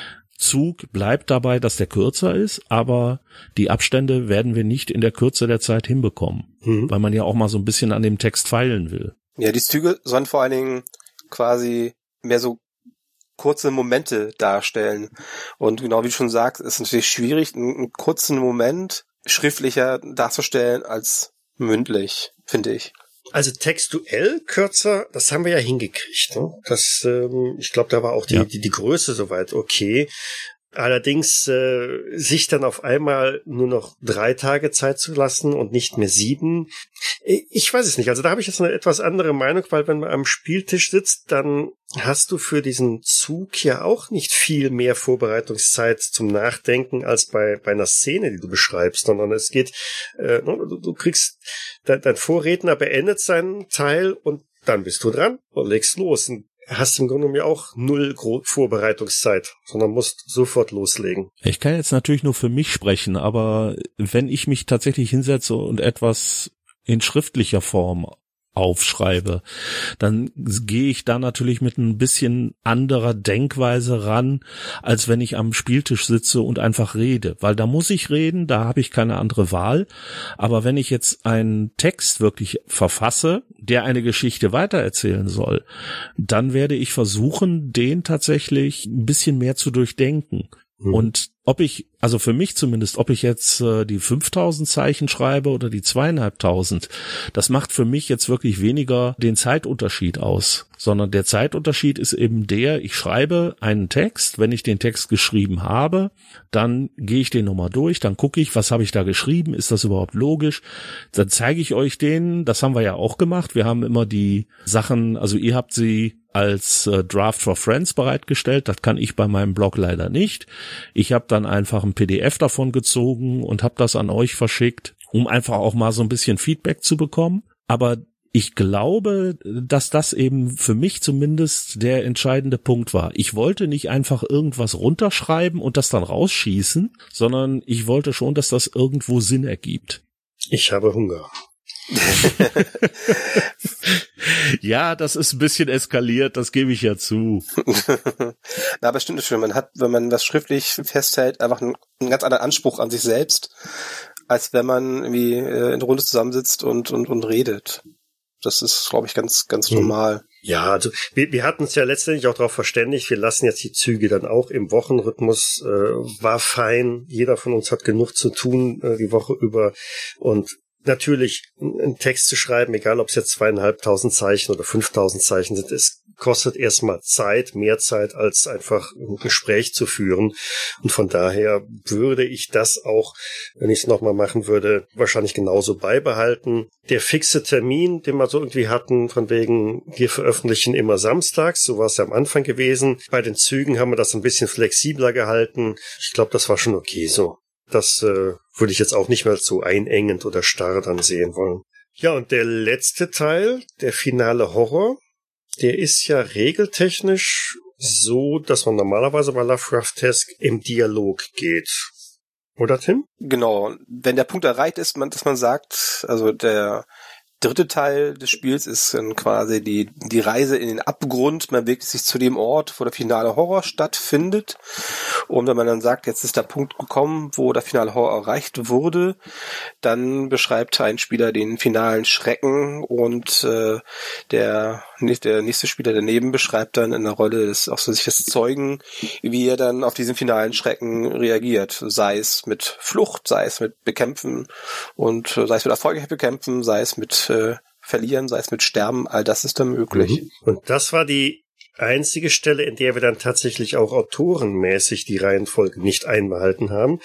Zug bleibt dabei, dass der kürzer ist, aber die Abstände werden wir nicht in der Kürze der Zeit hinbekommen, mhm. weil man ja auch mal so ein bisschen an dem Text feilen will. Ja, die Züge sollen vor allen Dingen quasi mehr so kurze Momente darstellen. Und genau wie du schon sagst, ist es natürlich schwierig, einen, einen kurzen Moment schriftlicher darzustellen als mündlich, finde ich. Also textuell kürzer, das haben wir ja hingekriegt. Ne? Das, ähm, ich glaube, da war auch die, ja. die, die Größe soweit okay. Allerdings äh, sich dann auf einmal nur noch drei Tage Zeit zu lassen und nicht mehr sieben, ich weiß es nicht. Also da habe ich jetzt eine etwas andere Meinung, weil wenn man am Spieltisch sitzt, dann hast du für diesen Zug ja auch nicht viel mehr Vorbereitungszeit zum Nachdenken als bei bei einer Szene, die du beschreibst, sondern es geht, äh, du, du kriegst, dein, dein Vorredner beendet seinen Teil und dann bist du dran und legst los. Und hast im Grunde genommen ja auch null Vorbereitungszeit, sondern musst sofort loslegen. Ich kann jetzt natürlich nur für mich sprechen, aber wenn ich mich tatsächlich hinsetze und etwas in schriftlicher Form aufschreibe, dann gehe ich da natürlich mit ein bisschen anderer Denkweise ran, als wenn ich am Spieltisch sitze und einfach rede, weil da muss ich reden, da habe ich keine andere Wahl, aber wenn ich jetzt einen Text wirklich verfasse, der eine Geschichte weitererzählen soll, dann werde ich versuchen, den tatsächlich ein bisschen mehr zu durchdenken. Mhm. Und ob ich, also für mich zumindest, ob ich jetzt äh, die fünftausend Zeichen schreibe oder die zweieinhalbtausend, das macht für mich jetzt wirklich weniger den Zeitunterschied aus, sondern der Zeitunterschied ist eben der, ich schreibe einen Text, wenn ich den Text geschrieben habe, dann gehe ich den nochmal durch, dann gucke ich, was habe ich da geschrieben, ist das überhaupt logisch, dann zeige ich euch den, das haben wir ja auch gemacht, wir haben immer die Sachen, also ihr habt sie als äh, Draft for Friends bereitgestellt, das kann ich bei meinem Blog leider nicht. Ich habe dann einfach ein P D F davon gezogen und habe das an euch verschickt, um einfach auch mal so ein bisschen Feedback zu bekommen. Aber ich glaube, dass das eben für mich zumindest der entscheidende Punkt war. Ich wollte nicht einfach irgendwas runterschreiben und das dann rausschießen, sondern ich wollte schon, dass das irgendwo Sinn ergibt. Ich habe Hunger. Ja, das ist ein bisschen eskaliert, das gebe ich ja zu. Na, aber stimmt schon, man hat, wenn man das schriftlich festhält, einfach einen, einen ganz anderen Anspruch an sich selbst, als wenn man irgendwie äh, in der Runde zusammensitzt und, und, und redet. Das ist, glaube ich, ganz, ganz normal. Ja, also wir, wir hatten uns ja letztendlich auch darauf verständigt, wir lassen jetzt die Züge dann auch im Wochenrhythmus, äh, war fein, jeder von uns hat genug zu tun äh, die Woche über und natürlich, einen Text zu schreiben, egal ob es jetzt zweieinhalbtausend Zeichen oder fünftausend Zeichen sind, es kostet erstmal Zeit, mehr Zeit, als einfach ein Gespräch zu führen. Und von daher würde ich das auch, wenn ich es nochmal machen würde, wahrscheinlich genauso beibehalten. Der fixe Termin, den wir so irgendwie hatten, von wegen, wir veröffentlichen immer samstags, so war es ja am Anfang gewesen. Bei den Zügen haben wir das ein bisschen flexibler gehalten. Ich glaube, das war schon okay so. Das äh, würde ich jetzt auch nicht mehr so einengend oder starr dann sehen wollen. Ja, und der letzte Teil, der finale Horror, der ist ja regeltechnisch so, dass man normalerweise bei Lovecraft-Tesk im Dialog geht. Oder, Tim? Genau. Wenn der Punkt erreicht ist, dass man sagt, also der dritte Teil des Spiels ist dann quasi die die Reise in den Abgrund. Man bewegt sich zu dem Ort, wo der finale Horror stattfindet. Und wenn man dann sagt, jetzt ist der Punkt gekommen, wo der finale Horror erreicht wurde, dann beschreibt ein Spieler den finalen Schrecken und äh, der der nächste Spieler daneben beschreibt dann in der Rolle des auch so sich des Zeugen, wie er dann auf diesen finalen Schrecken reagiert. Sei es mit Flucht, sei es mit Bekämpfen und sei es mit erfolgreich Bekämpfen, sei es mit äh, Verlieren, sei es mit Sterben, all das ist dann möglich. Mhm. Und das war die einzige Stelle, in der wir dann tatsächlich auch autorenmäßig die Reihenfolge nicht einbehalten haben,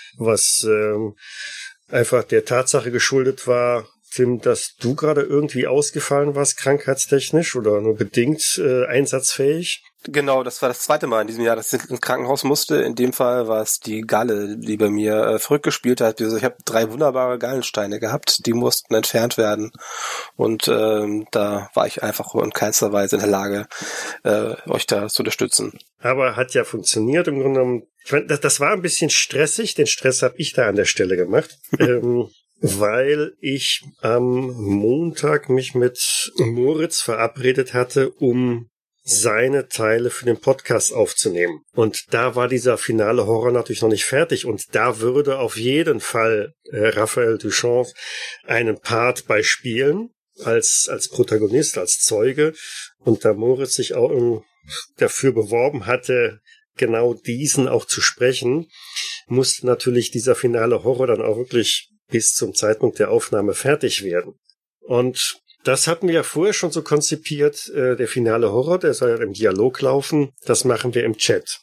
was ähm, einfach der Tatsache geschuldet war, Tim, dass du gerade irgendwie ausgefallen warst, krankheitstechnisch oder nur bedingt äh, einsatzfähig. Genau, das war das zweite Mal in diesem Jahr, dass ich ins Krankenhaus musste. In dem Fall war es die Galle, die bei mir äh, verrückt gespielt hat. Also ich habe drei wunderbare Gallensteine gehabt, die mussten entfernt werden. Und ähm, da war ich einfach in keinster Weise in der Lage, äh, euch da zu unterstützen. Aber hat ja funktioniert im Grunde genommen. Ich meine, das, das war ein bisschen stressig. Den Stress habe ich da an der Stelle gemacht. ähm, weil ich am Montag mich mit Moritz verabredet hatte, um seine Teile für den Podcast aufzunehmen. Und da war dieser finale Horror natürlich noch nicht fertig. Und da würde auf jeden Fall äh, Raphael Duchamp einen Part bei spielen, als als Protagonist, als Zeuge. Und da Moritz sich auch um, dafür beworben hatte, genau diesen auch zu sprechen, musste natürlich dieser finale Horror dann auch wirklich bis zum Zeitpunkt der Aufnahme fertig werden. Und das hatten wir ja vorher schon so konzipiert, äh, der finale Horror, der soll ja im Dialog laufen, das machen wir im Chat.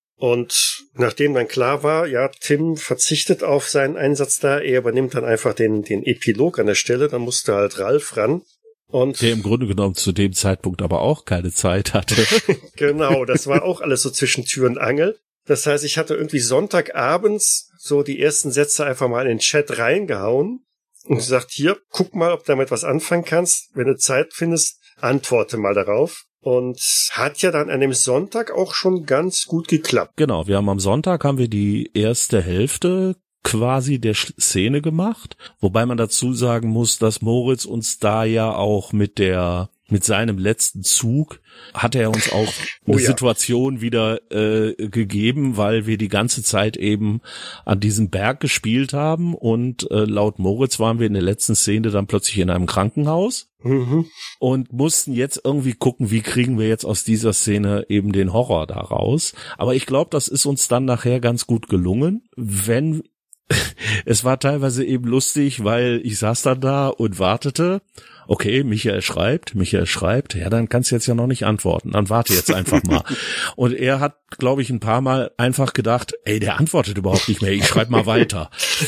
Und nachdem dann klar war, ja, Tim verzichtet auf seinen Einsatz da, er übernimmt dann einfach den, den Epilog an der Stelle, dann musste halt Ralf ran. Und der im Grunde genommen zu dem Zeitpunkt aber auch keine Zeit hatte. Genau, das war auch alles so zwischen Tür und Angel. Das heißt, ich hatte irgendwie Sonntagabends so die ersten Sätze einfach mal in den Chat reingehauen und gesagt, hier, guck mal, ob du damit was anfangen kannst. Wenn du Zeit findest, antworte mal darauf. Und hat ja dann an dem Sonntag auch schon ganz gut geklappt. Genau, wir haben am Sonntag haben wir die erste Hälfte quasi der Szene gemacht, wobei man dazu sagen muss, dass Moritz uns da ja auch mit der mit seinem letzten Zug hat er uns auch eine oh ja. Situation wieder äh, gegeben, weil wir die ganze Zeit eben an diesem Berg gespielt haben und äh, laut Moritz waren wir in der letzten Szene dann plötzlich in einem Krankenhaus mhm. und mussten jetzt irgendwie gucken, wie kriegen wir jetzt aus dieser Szene eben den Horror da raus. Aber ich glaube, das ist uns dann nachher ganz gut gelungen, wenn es war teilweise eben lustig, weil ich saß dann da und wartete. Okay, Michael schreibt, Michael schreibt, ja, dann kannst du jetzt ja noch nicht antworten, dann warte jetzt einfach mal. Und er hat, glaube ich, ein paar Mal einfach gedacht, ey, der antwortet überhaupt nicht mehr, ich schreibe mal weiter.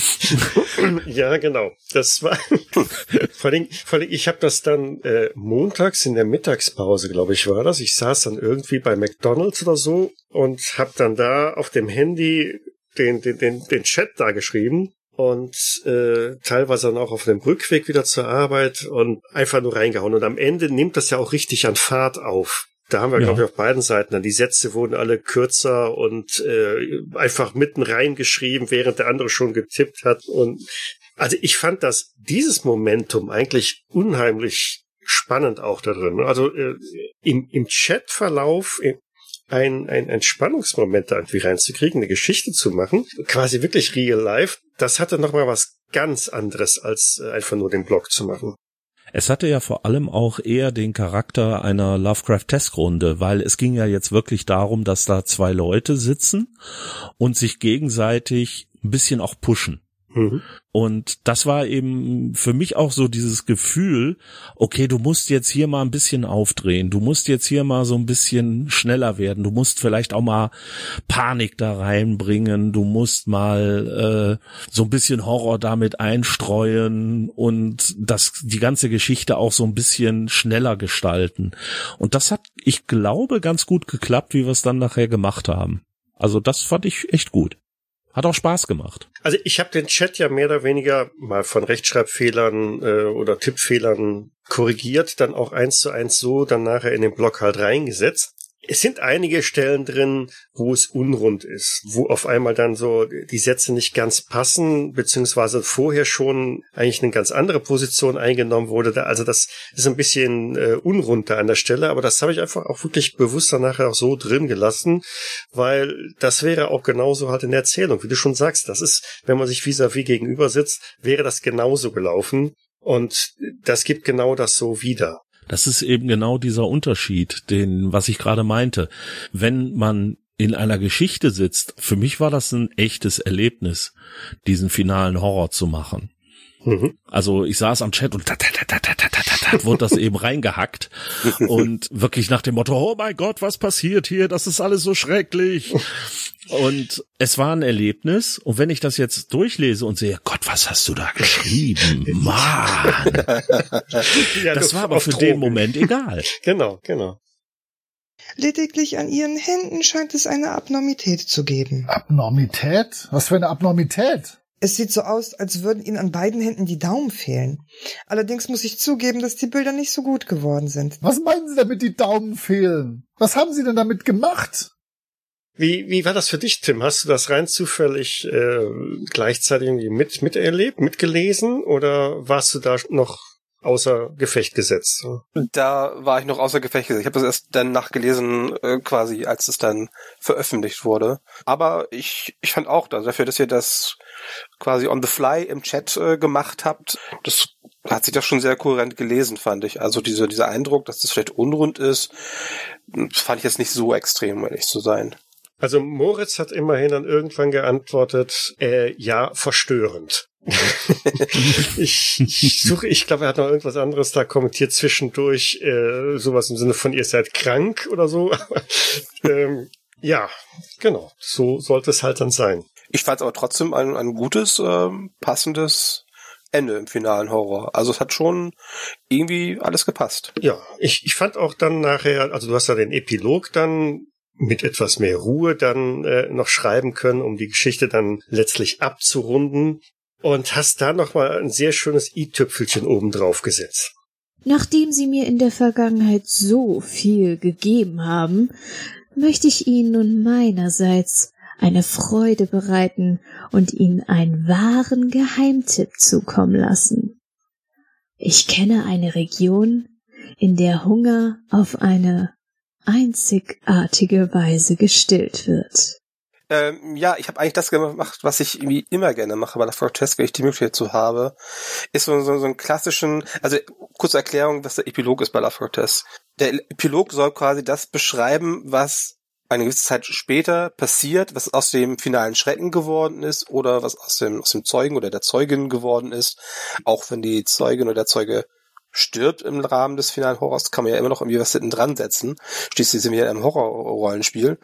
Ja, genau, das war, vor allem, vor allem ich habe das dann äh, montags in der Mittagspause, glaube ich, war das, ich saß dann irgendwie bei McDonald's oder so und habe dann da auf dem Handy den, den, den, den Chat da geschrieben. Und äh, teilweise dann auch auf dem Rückweg wieder zur Arbeit und einfach nur reingehauen. Und am Ende nimmt das ja auch richtig an Fahrt auf. Da haben wir, ja. glaube ich, auf beiden Seiten dann die Sätze wurden alle kürzer und äh, einfach mitten reingeschrieben, während der andere schon getippt hat. Und also ich fand das dieses Momentum eigentlich unheimlich spannend auch da drin. Also äh, im, im Chatverlauf ein, ein, ein Spannungsmoment da irgendwie reinzukriegen, eine Geschichte zu machen, quasi wirklich real life, das hatte nochmal was ganz anderes, als einfach nur den Blog zu machen. Es hatte ja vor allem auch eher den Charakter einer Lovecraft-Test-Runde, weil es ging ja jetzt wirklich darum, dass da zwei Leute sitzen und sich gegenseitig ein bisschen auch pushen. Mhm. Und das war eben für mich auch so dieses Gefühl, okay, du musst jetzt hier mal ein bisschen aufdrehen, du musst jetzt hier mal so ein bisschen schneller werden, du musst vielleicht auch mal Panik da reinbringen, du musst mal äh, so ein bisschen Horror damit einstreuen und das die ganze Geschichte auch so ein bisschen schneller gestalten. Und das hat, ich glaube, ganz gut geklappt, wie wir es dann nachher gemacht haben. Also das fand ich echt gut. Hat auch Spaß gemacht. Also ich habe den Chat ja mehr oder weniger mal von Rechtschreibfehlern äh, oder Tippfehlern korrigiert, dann auch eins zu eins so dann nachher in den Blog halt reingesetzt. Es sind einige Stellen drin, wo es unrund ist, wo auf einmal dann so die Sätze nicht ganz passen, beziehungsweise vorher schon eigentlich eine ganz andere Position eingenommen wurde. Also das ist ein bisschen äh, unrund da an der Stelle, aber das habe ich einfach auch wirklich bewusst dann nachher auch so drin gelassen, weil das wäre auch genauso halt in der Erzählung, wie du schon sagst. Das ist, wenn man sich vis-à-vis gegenüber sitzt, wäre das genauso gelaufen und das gibt genau das so wieder. Das ist eben genau dieser Unterschied, den, was ich gerade meinte. Wenn man in einer Geschichte sitzt, für mich war das ein echtes Erlebnis, diesen finalen Horror zu machen. Mhm. Also ich saß am Chat und tat, tat, tat, tat, tat, tat, tat, wurde das eben reingehackt und wirklich nach dem Motto, oh mein Gott, was passiert hier? Das ist alles so schrecklich. Und es war ein Erlebnis. Und wenn ich das jetzt durchlese und sehe, Gott, was hast du da geschrieben? Mann! Ja, das war aber für Drogen. Den Moment egal. Genau, genau. Lediglich an ihren Händen scheint es eine Abnormität zu geben. Abnormität? Was für eine Abnormität? Es sieht so aus, als würden ihnen an beiden Händen die Daumen fehlen. Allerdings muss ich zugeben, dass die Bilder nicht so gut geworden sind. Was meinen Sie damit, die Daumen fehlen? Was haben Sie denn damit gemacht? Wie, wie war das für dich, Tim? Hast du das rein zufällig äh, gleichzeitig irgendwie mit miterlebt, mitgelesen oder warst du da noch außer Gefecht gesetzt? Da war ich noch außer Gefecht gesetzt. Ich habe das erst dann nachgelesen, äh, quasi, als es dann veröffentlicht wurde. Aber ich ich fand auch, also dafür, dass ihr das quasi on the fly im Chat äh, gemacht habt, das hat sich doch schon sehr kohärent gelesen, fand ich. Also diese dieser Eindruck, dass das vielleicht unrund ist, fand ich jetzt nicht so extrem, um ehrlich zu sein. Also Moritz hat immerhin dann irgendwann geantwortet, äh, ja, verstörend. ich ich suche, ich glaube, er hat noch irgendwas anderes da kommentiert zwischendurch, äh, sowas im Sinne von, ihr seid krank oder so. ähm, ja, genau, so sollte es halt dann sein. Ich fand es aber trotzdem ein, ein gutes, ähm, passendes Ende im finalen Horror. Also es hat schon irgendwie alles gepasst. Ja, ich, ich fand auch dann nachher, also du hast ja den Epilog dann mit etwas mehr Ruhe dann äh, noch schreiben können, um die Geschichte dann letztlich abzurunden. Und hast da nochmal ein sehr schönes i-Tüpfelchen oben drauf gesetzt. Nachdem Sie mir in der Vergangenheit so viel gegeben haben, möchte ich Ihnen nun meinerseits eine Freude bereiten und Ihnen einen wahren Geheimtipp zukommen lassen. Ich kenne eine Region, in der Hunger auf eine einzigartige Weise gestillt wird. Ähm, ja, ich habe eigentlich das gemacht, was ich irgendwie immer gerne mache bei Lovecraft Test, wenn ich die Möglichkeit zu habe, ist so, so, so einen klassischen, also kurze Erklärung, was der Epilog ist bei Lovecraft Test. Der Epilog soll quasi das beschreiben, was eine gewisse Zeit später passiert, was aus dem finalen Schrecken geworden ist oder was aus dem, aus dem Zeugen oder der Zeugin geworden ist, auch wenn die Zeugin oder der Zeuge stirbt im Rahmen des finalen Horrors, kann man ja immer noch irgendwie was hinten dran setzen. Schließlich sind wir ja im Horror-Rollenspiel.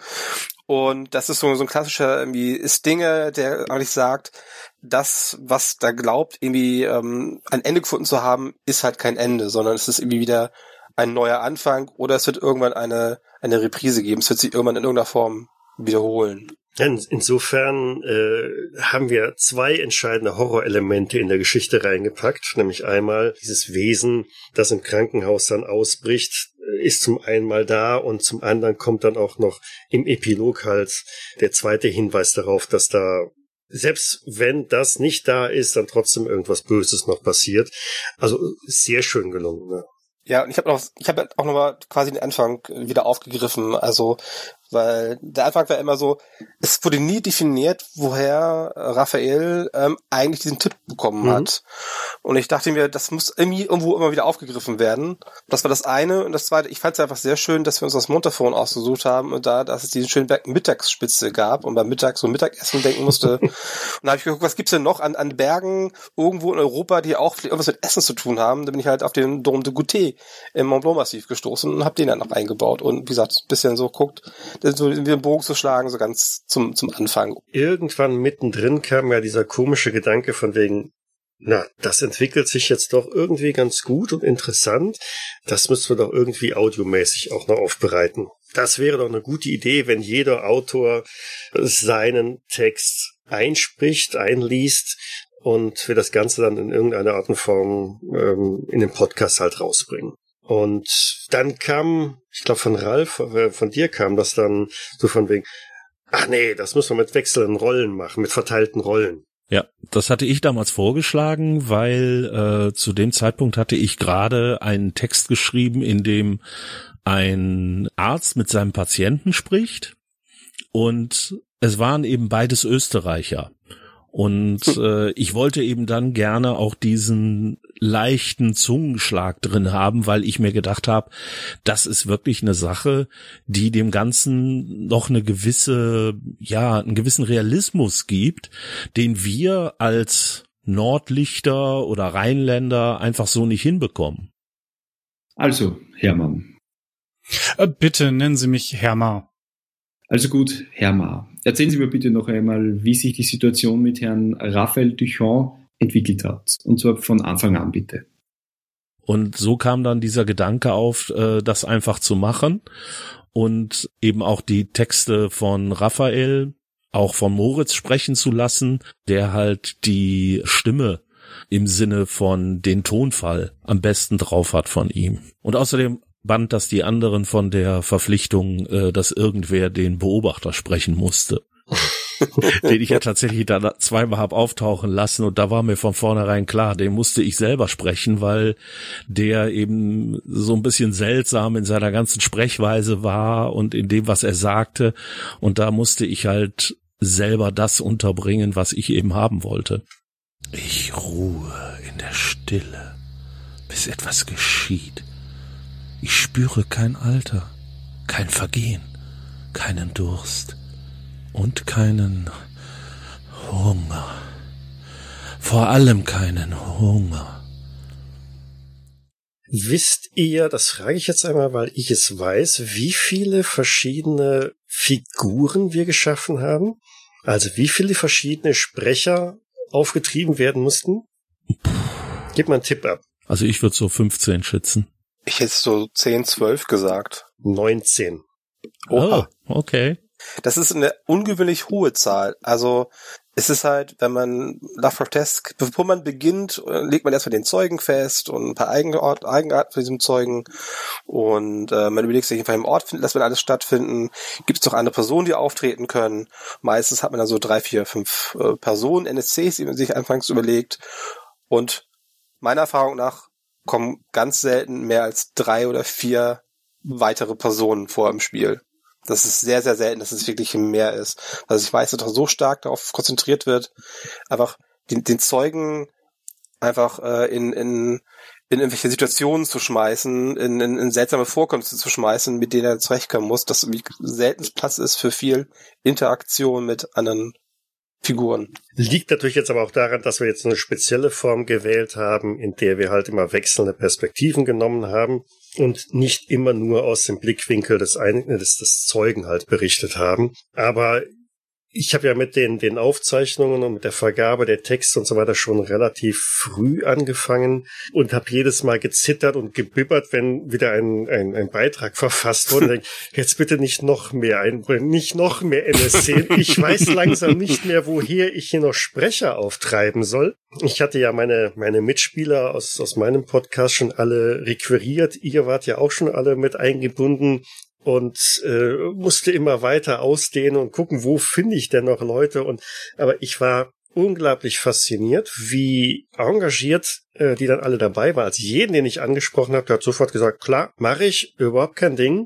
Und das ist so, so ein klassischer irgendwie ist Dinge, der eigentlich sagt, das, was da glaubt, irgendwie ähm, ein Ende gefunden zu haben, ist halt kein Ende, sondern es ist irgendwie wieder ein neuer Anfang oder es wird irgendwann eine eine Reprise geben. Es wird sich irgendwann in irgendeiner Form wiederholen. Insofern äh, haben wir zwei entscheidende Horrorelemente in der Geschichte reingepackt, nämlich einmal dieses Wesen, das im Krankenhaus dann ausbricht, ist zum einen mal da und zum anderen kommt dann auch noch im Epilog halt der zweite Hinweis darauf, dass da, selbst wenn das nicht da ist, dann trotzdem irgendwas Böses noch passiert. Also sehr schön gelungen. Ne? Ja, und ich habe noch, ich habe auch nochmal quasi den Anfang wieder aufgegriffen, also weil der Anfang war immer so, es wurde nie definiert, woher Raphael ähm, eigentlich diesen Tipp bekommen mhm. hat. Und ich dachte mir, das muss irgendwie irgendwo immer wieder aufgegriffen werden. Das war das eine. Und das zweite, ich fand es einfach sehr schön, dass wir uns das Montafon ausgesucht haben und da, dass es diesen schönen Mittagsspitze gab und beim Mittag so Mittagessen denken musste. Und da habe ich geguckt, was gibt's denn noch an, an Bergen irgendwo in Europa, die auch irgendwas mit Essen zu tun haben. Da bin ich halt auf den Dôme de Goûter im Mont Blanc Massiv gestoßen und habe den dann noch eingebaut. Und wie gesagt, ein bisschen so guckt, so wie einen Bogen zu schlagen, so ganz zum zum Anfang. Irgendwann mittendrin kam ja dieser komische Gedanke von wegen, na, das entwickelt sich jetzt doch irgendwie ganz gut und interessant. Das müssen wir doch irgendwie audiomäßig auch noch aufbereiten. das wäre doch eine gute Idee, wenn jeder Autor seinen Text einspricht, einliest und wir das Ganze dann in irgendeiner Art und Form ähm, in den Podcast halt rausbringen. Und dann kam, ich glaube von Ralf, äh, von dir kam das dann so von wegen, ach nee, das müssen wir mit wechselnden Rollen machen, mit verteilten Rollen. Ja, das hatte ich damals vorgeschlagen, weil äh, zu dem Zeitpunkt hatte ich gerade einen Text geschrieben, in dem ein Arzt mit seinem Patienten spricht und es waren eben beides Österreicher. Und äh, ich wollte eben dann gerne auch diesen leichten Zungenschlag drin haben, weil ich mir gedacht habe, das ist wirklich eine Sache, die dem Ganzen noch eine gewisse, ja, einen gewissen Realismus gibt, den wir als Nordlichter oder Rheinländer einfach so nicht hinbekommen. Also, Hermann. Äh, bitte nennen Sie mich Hermann. Also gut, Hermann. Erzählen Sie mir bitte noch einmal, wie sich die Situation mit Herrn Raphael Duchamp entwickelt hat. Und zwar von Anfang an, bitte. Und so kam dann dieser Gedanke auf, das einfach zu machen und eben auch die Texte von Raphael, auch von Moritz sprechen zu lassen, der halt die Stimme im Sinne von den Tonfall am besten drauf hat von ihm. Und außerdem band das die anderen von der Verpflichtung, dass irgendwer den Beobachter sprechen musste. Den ich ja tatsächlich da zweimal hab auftauchen lassen und da war mir von vornherein klar, den musste ich selber sprechen, weil der eben so ein bisschen seltsam in seiner ganzen Sprechweise war und in dem, was er sagte, und da musste ich halt selber das unterbringen, was ich eben haben wollte. Ich ruhe in der Stille, bis etwas geschieht. Ich spüre kein Alter, kein Vergehen, keinen Durst und keinen Hunger. Vor allem keinen Hunger. Wisst ihr, das frage ich jetzt einmal, weil ich es weiß, wie viele verschiedene Figuren wir geschaffen haben? Also wie viele verschiedene Sprecher aufgetrieben werden mussten? Gib mal einen Tipp ab. Also ich würde so fünfzehn schätzen. Ich hätte so zehn, zwölf gesagt. neunzehn. Oha. Oh, okay. Das ist eine ungewöhnlich hohe Zahl. Also es ist halt, wenn man Lovecraftesk, bevor man beginnt, legt man erstmal den Zeugen fest und ein paar Eigenart, Eigenarten von diesem Zeugen und äh, man überlegt sich, in welchem Ort lässt man alles stattfinden. Gibt es doch andere Personen, die auftreten können? Meistens hat man dann so drei, vier, fünf äh, Personen, N S Cs, die man sich anfangs überlegt. Und meiner Erfahrung nach kommen ganz selten mehr als drei oder vier weitere Personen vor im Spiel. Das ist sehr, sehr selten, dass es wirklich mehr ist. Also ich weiß, dass doch so stark darauf konzentriert wird, einfach den, den Zeugen einfach äh, in, in, in irgendwelche Situationen zu schmeißen, in, in, in seltsame Vorkommnisse zu schmeißen, mit denen er zurechtkommen muss, dass selten Platz ist für viel Interaktion mit anderen Figuren. Liegt natürlich jetzt aber auch daran, dass wir jetzt eine spezielle Form gewählt haben, in der wir halt immer wechselnde Perspektiven genommen haben und nicht immer nur aus dem Blickwinkel des, Ein- des, des Zeugen halt berichtet haben. Aber ich habe ja mit den, den Aufzeichnungen und mit der Vergabe der Texte und so weiter schon relativ früh angefangen und habe jedes Mal gezittert und gebibbert, wenn wieder ein, ein, ein Beitrag verfasst wurde. Denk, jetzt bitte nicht noch mehr einbringen, nicht noch mehr N S C. Ich weiß langsam nicht mehr, woher ich hier noch Sprecher auftreiben soll. Ich hatte ja meine, meine Mitspieler aus, aus meinem Podcast schon alle requiriert. Ihr wart ja auch schon alle mit eingebunden. Und äh, musste immer weiter ausdehnen und gucken, wo finde ich denn noch Leute. Und aber ich war unglaublich fasziniert, wie engagiert äh, die dann alle dabei waren. Also jeden, den ich angesprochen habe, der hat sofort gesagt, klar, mache ich, überhaupt kein Ding.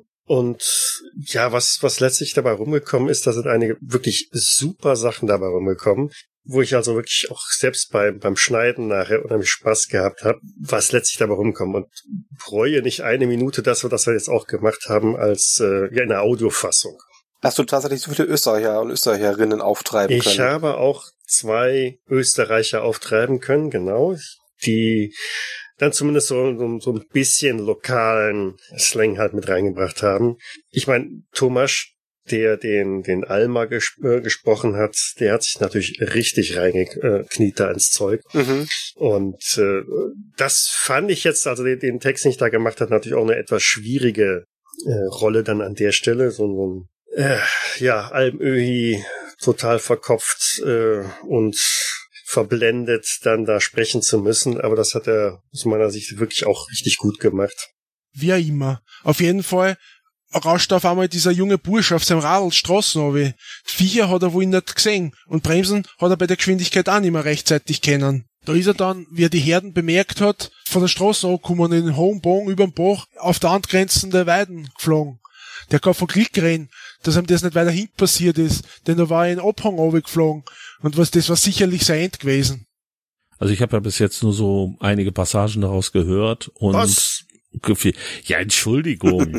Und ja, was was letztlich dabei rumgekommen ist, da sind einige wirklich super Sachen dabei rumgekommen, wo ich also wirklich auch selbst beim beim Schneiden nachher unheimlich Spaß gehabt habe, was letztlich dabei rumkommt. Und bereue nicht eine Minute, dass wir das jetzt auch gemacht haben als äh, ja, in der Audiofassung. Hast du tatsächlich so viele Österreicher und Österreicherinnen auftreiben können? Ich habe auch zwei Österreicher auftreiben können, genau, die dann zumindest so, so, so ein bisschen lokalen Slang halt mit reingebracht haben. Ich meine, Thomas, der den den Alma ges- äh, gesprochen hat, der hat sich natürlich richtig reingekniet da ins Zeug. Mhm. Und äh, das fand ich jetzt, also den, den Text, den ich da gemacht habe, natürlich auch eine etwas schwierige äh, Rolle dann an der Stelle, so ein äh, ja, Almöhi total verkopft äh, und verblendet, dann da sprechen zu müssen, aber das hat er aus meiner Sicht wirklich auch richtig gut gemacht. Wie auch immer. Auf jeden Fall rauscht auf einmal dieser junge Bursch auf seinem Radl Straßen runter. Viecher hat er wohl nicht gesehen und Bremsen hat er bei der Geschwindigkeit auch nicht mehr rechtzeitig kennen. Da ist er dann, wie er die Herden bemerkt hat, von der Straße angekommen und in den hohen Bogen über den Bach auf der angrenzende Weiden geflogen. Der kann von Glück reden, dass ihm das nicht weiter hinten passiert ist, denn da war er in den Abhang runtergeflogen und was, das war sicherlich sein End gewesen. Also ich habe ja bis jetzt nur so einige Passagen daraus gehört und was? Ja, Entschuldigung.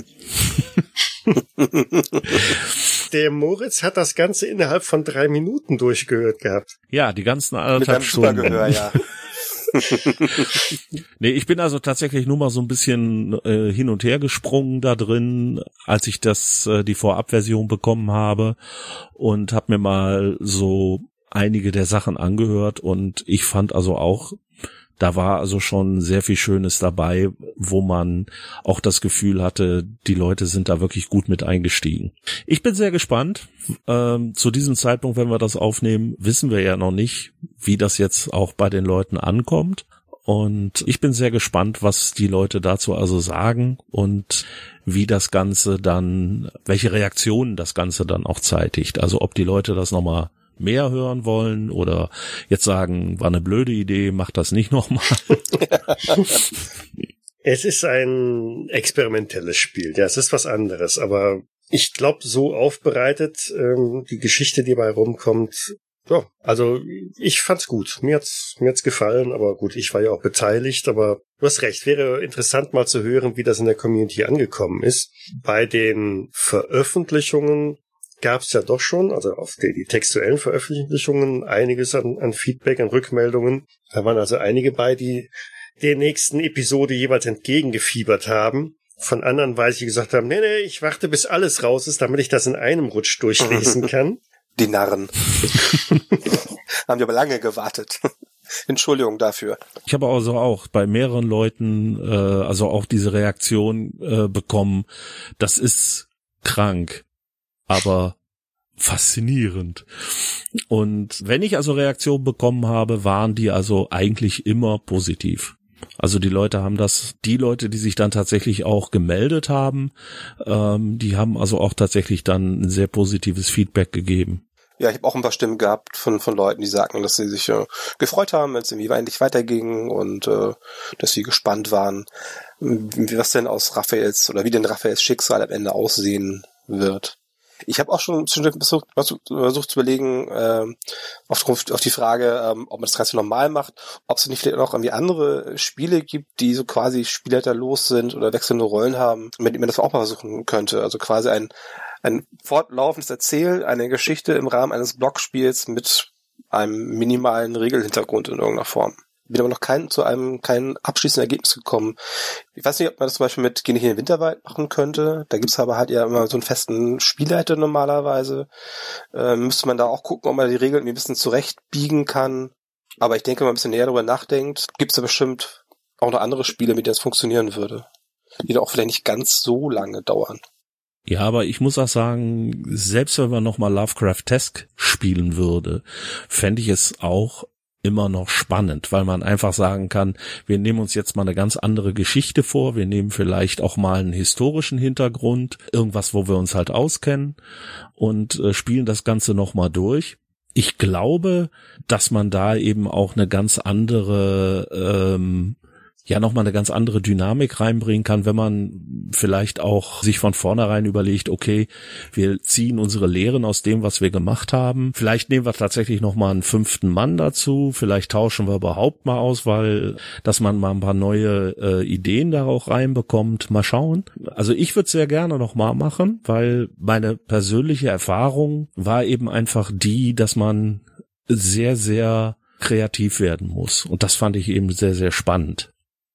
Der Moritz hat das Ganze innerhalb von drei Minuten durchgehört gehabt. Ja, die ganzen anderthalb Stunden. Gehör, ja. Nee, ich bin also tatsächlich nur mal so ein bisschen äh, hin und her gesprungen da drin, als ich das äh, die Vorabversion bekommen habe und habe mir mal so einige der Sachen angehört und ich fand also auch, da war also schon sehr viel Schönes dabei, wo man auch das Gefühl hatte, die Leute sind da wirklich gut mit eingestiegen. Ich bin sehr gespannt. Ähm, zu diesem Zeitpunkt, wenn wir das aufnehmen, wissen wir ja noch nicht, wie das jetzt auch bei den Leuten ankommt. Und ich bin sehr gespannt, was die Leute dazu also sagen und wie das Ganze dann, welche Reaktionen das Ganze dann auch zeitigt. Also ob die Leute das nochmal mehr hören wollen oder jetzt sagen, war eine blöde Idee, mach das nicht nochmal. Es ist ein experimentelles Spiel, ja, es ist was anderes, aber ich glaube, so aufbereitet, ähm, die Geschichte, die bei rumkommt, ja, also ich fand's gut, mir hat's, mir hat's gefallen, aber gut, ich war ja auch beteiligt, aber du hast recht, wäre interessant mal zu hören, wie das in der Community angekommen ist. Bei den Veröffentlichungen gab's ja doch schon, also auf die, die textuellen Veröffentlichungen, einiges an, an Feedback, an Rückmeldungen. Da waren also einige bei, die der nächsten Episode jeweils entgegengefiebert haben. Von anderen weiß ich, die gesagt haben, nee, nee, ich warte, bis alles raus ist, damit ich das in einem Rutsch durchlesen kann. Die Narren. Haben wir aber lange gewartet. Entschuldigung dafür. Ich habe also auch bei mehreren Leuten, äh, also auch diese Reaktion äh, bekommen, das ist krank, aber faszinierend. Und wenn ich also Reaktionen bekommen habe, waren die also eigentlich immer positiv. Also die Leute haben das, die Leute, die sich dann tatsächlich auch gemeldet haben, ähm, die haben also auch tatsächlich dann ein sehr positives Feedback gegeben. Ja, ich habe auch ein paar Stimmen gehabt von von Leuten, die sagten, dass sie sich äh, gefreut haben, wenn es irgendwie endlich weiterging und äh, dass sie gespannt waren, was denn aus Raphaels oder wie denn Raphaels Schicksal am Ende aussehen wird. Ich habe auch schon versucht, versucht zu überlegen, äh, auf, auf die Frage, ähm, ob man das Ganze normal macht, ob es nicht vielleicht noch irgendwie andere Spiele gibt, die so quasi spielleiterlos sind oder wechselnde Rollen haben, mit denen man das auch mal versuchen könnte. Also quasi ein ein fortlaufendes Erzählen einer Geschichte im Rahmen eines Blockspiels mit einem minimalen Regelhintergrund in irgendeiner Form. Bin aber noch kein, zu einem kein abschließenden Ergebnis gekommen. Ich weiß nicht, ob man das zum Beispiel mit Geh nicht in den Winterwald machen könnte. Da gibt's aber halt ja immer so einen festen Spielleiter normalerweise. Äh, müsste man da auch gucken, ob man die Regeln ein bisschen zurechtbiegen kann. Aber ich denke, wenn man ein bisschen näher darüber nachdenkt, gibt's da bestimmt auch noch andere Spiele, mit denen das funktionieren würde. Die da auch vielleicht nicht ganz so lange dauern. Ja, aber ich muss auch sagen, selbst wenn man nochmal Lovecraft-esque spielen würde, fände ich es auch immer noch spannend, weil man einfach sagen kann, wir nehmen uns jetzt mal eine ganz andere Geschichte vor, wir nehmen vielleicht auch mal einen historischen Hintergrund, irgendwas, wo wir uns halt auskennen und äh, spielen das Ganze nochmal durch. Ich glaube, dass man da eben auch eine ganz andere ähm, ja nochmal eine ganz andere Dynamik reinbringen kann, wenn man vielleicht auch sich von vornherein überlegt, okay, wir ziehen unsere Lehren aus dem, was wir gemacht haben. Vielleicht nehmen wir tatsächlich nochmal einen fünften Mann dazu, vielleicht tauschen wir überhaupt mal aus, weil, dass man mal ein paar neue äh, Ideen da auch reinbekommt. Mal schauen. Also ich würde es sehr gerne nochmal machen, weil meine persönliche Erfahrung war eben einfach die, dass man sehr, sehr kreativ werden muss. Und das fand ich eben sehr, sehr spannend.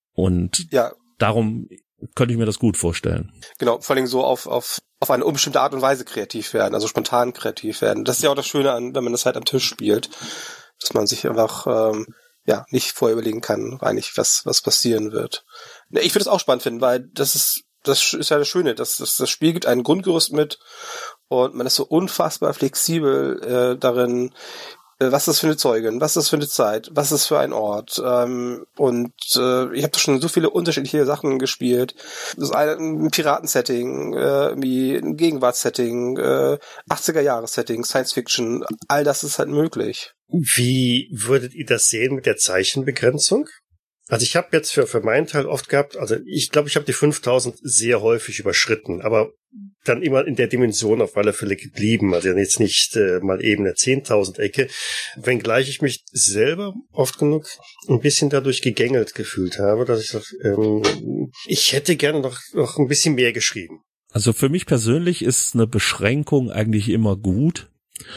Und ja, darum könnte ich mir das gut vorstellen. Genau, vor allem so auf auf auf eine unbestimmte Art und Weise kreativ werden, also spontan kreativ werden. Das ist ja auch das Schöne an, wenn man das halt am Tisch spielt, dass man sich einfach ähm, ja nicht vorher überlegen kann, eigentlich was was passieren wird. Ich würde es auch spannend finden, weil das ist das ist ja das Schöne, das, das, das Spiel gibt ein Grundgerüst mit und man ist so unfassbar flexibel äh, darin, äh, was ist das für eine Zeugin, was ist das für eine Zeit, was ist das für ein Ort ähm, und äh, ich habe schon so viele unterschiedliche Sachen gespielt. Das ist ein, ein Piraten-Setting, äh, wie ein Gegenwarts-Setting, äh, achtziger-Jahres-Setting, Science-Fiction, all das ist halt möglich. Wie würdet ihr das sehen mit der Zeichenbegrenzung? Also ich habe jetzt für, für meinen Teil oft gehabt, also ich glaube, ich habe die fünftausend sehr häufig überschritten, aber dann immer in der Dimension auf alle Fälle geblieben, also jetzt nicht äh, mal eben eine zehntausend-Ecke, wenngleich ich mich selber oft genug ein bisschen dadurch gegängelt gefühlt habe, dass ich sage, ähm, ich hätte gerne noch, noch ein bisschen mehr geschrieben. Also für mich persönlich ist eine Beschränkung eigentlich immer gut,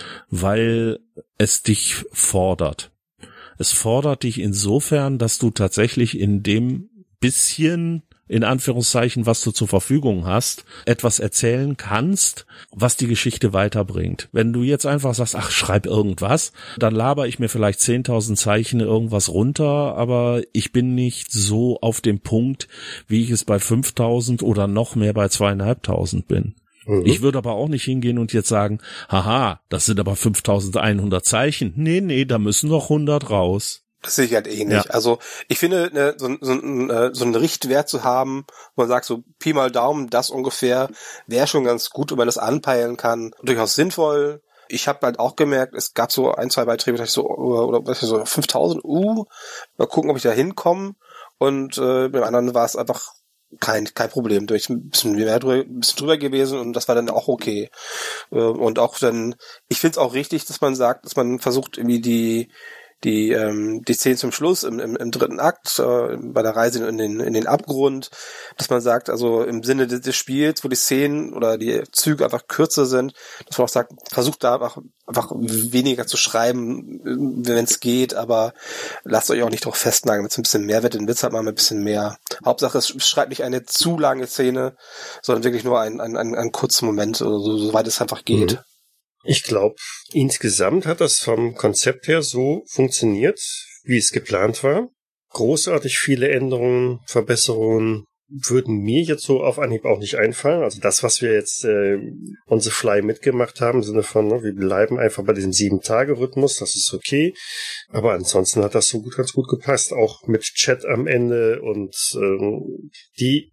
weil es dich fordert. Es fordert dich insofern, dass du tatsächlich in dem bisschen, in Anführungszeichen, was du zur Verfügung hast, etwas erzählen kannst, was die Geschichte weiterbringt. Wenn du jetzt einfach sagst, ach, schreib irgendwas, dann laber ich mir vielleicht zehntausend Zeichen irgendwas runter, aber ich bin nicht so auf dem Punkt, wie ich es bei fünftausend oder noch mehr bei zweieinhalbtausend bin. Mhm. Ich würde aber auch nicht hingehen und jetzt sagen, haha, das sind aber fünftausendeinhundert Zeichen. Nee, nee, da müssen noch hundert raus. Das sehe ich halt eh nicht. Ja. Also ich finde, ne, so, so, so einen Richtwert zu haben, wo man sagt, so Pi mal Daumen, das ungefähr, wäre schon ganz gut, wenn man das anpeilen kann. Durchaus sinnvoll. Ich habe halt auch gemerkt, es gab so ein, zwei Beiträge, da ich so, oder, oder was so fünftausend, uh, mal gucken, ob ich da hinkomme. Und äh, beim anderen war es einfach Kein, kein Problem, durch ein bisschen mehr drüber, ein bisschen drüber gewesen und das war dann auch okay. Und auch dann, ich finde es auch richtig, dass man sagt, dass man versucht, irgendwie die, die, ähm, die Szene zum Schluss im, im, im dritten Akt, äh, bei der Reise in den, in den Abgrund, dass man sagt, also im Sinne des, des Spiels, wo die Szenen oder die Züge einfach kürzer sind, dass man auch sagt, versucht da einfach, einfach weniger zu schreiben, wenn es geht, aber lasst euch auch nicht drauf festnageln, mit ein bisschen Mehrwert, den Witz hat man ein bisschen mehr. Hauptsache, es schreibt nicht eine zu lange Szene, sondern wirklich nur ein, ein, ein, ein kurzen Moment, oder so, soweit es einfach geht. Mhm. Ich glaube, insgesamt hat das vom Konzept her so funktioniert, wie es geplant war. Großartig viele Änderungen, Verbesserungen würden mir jetzt so auf Anhieb auch nicht einfallen. Also das, was wir jetzt äh, on the fly mitgemacht haben, im Sinne von, ne, wir bleiben einfach bei diesem Sieben-Tage-Rhythmus, das ist okay. Aber ansonsten hat das so gut, ganz gut gepasst, auch mit Chat am Ende und ähm, die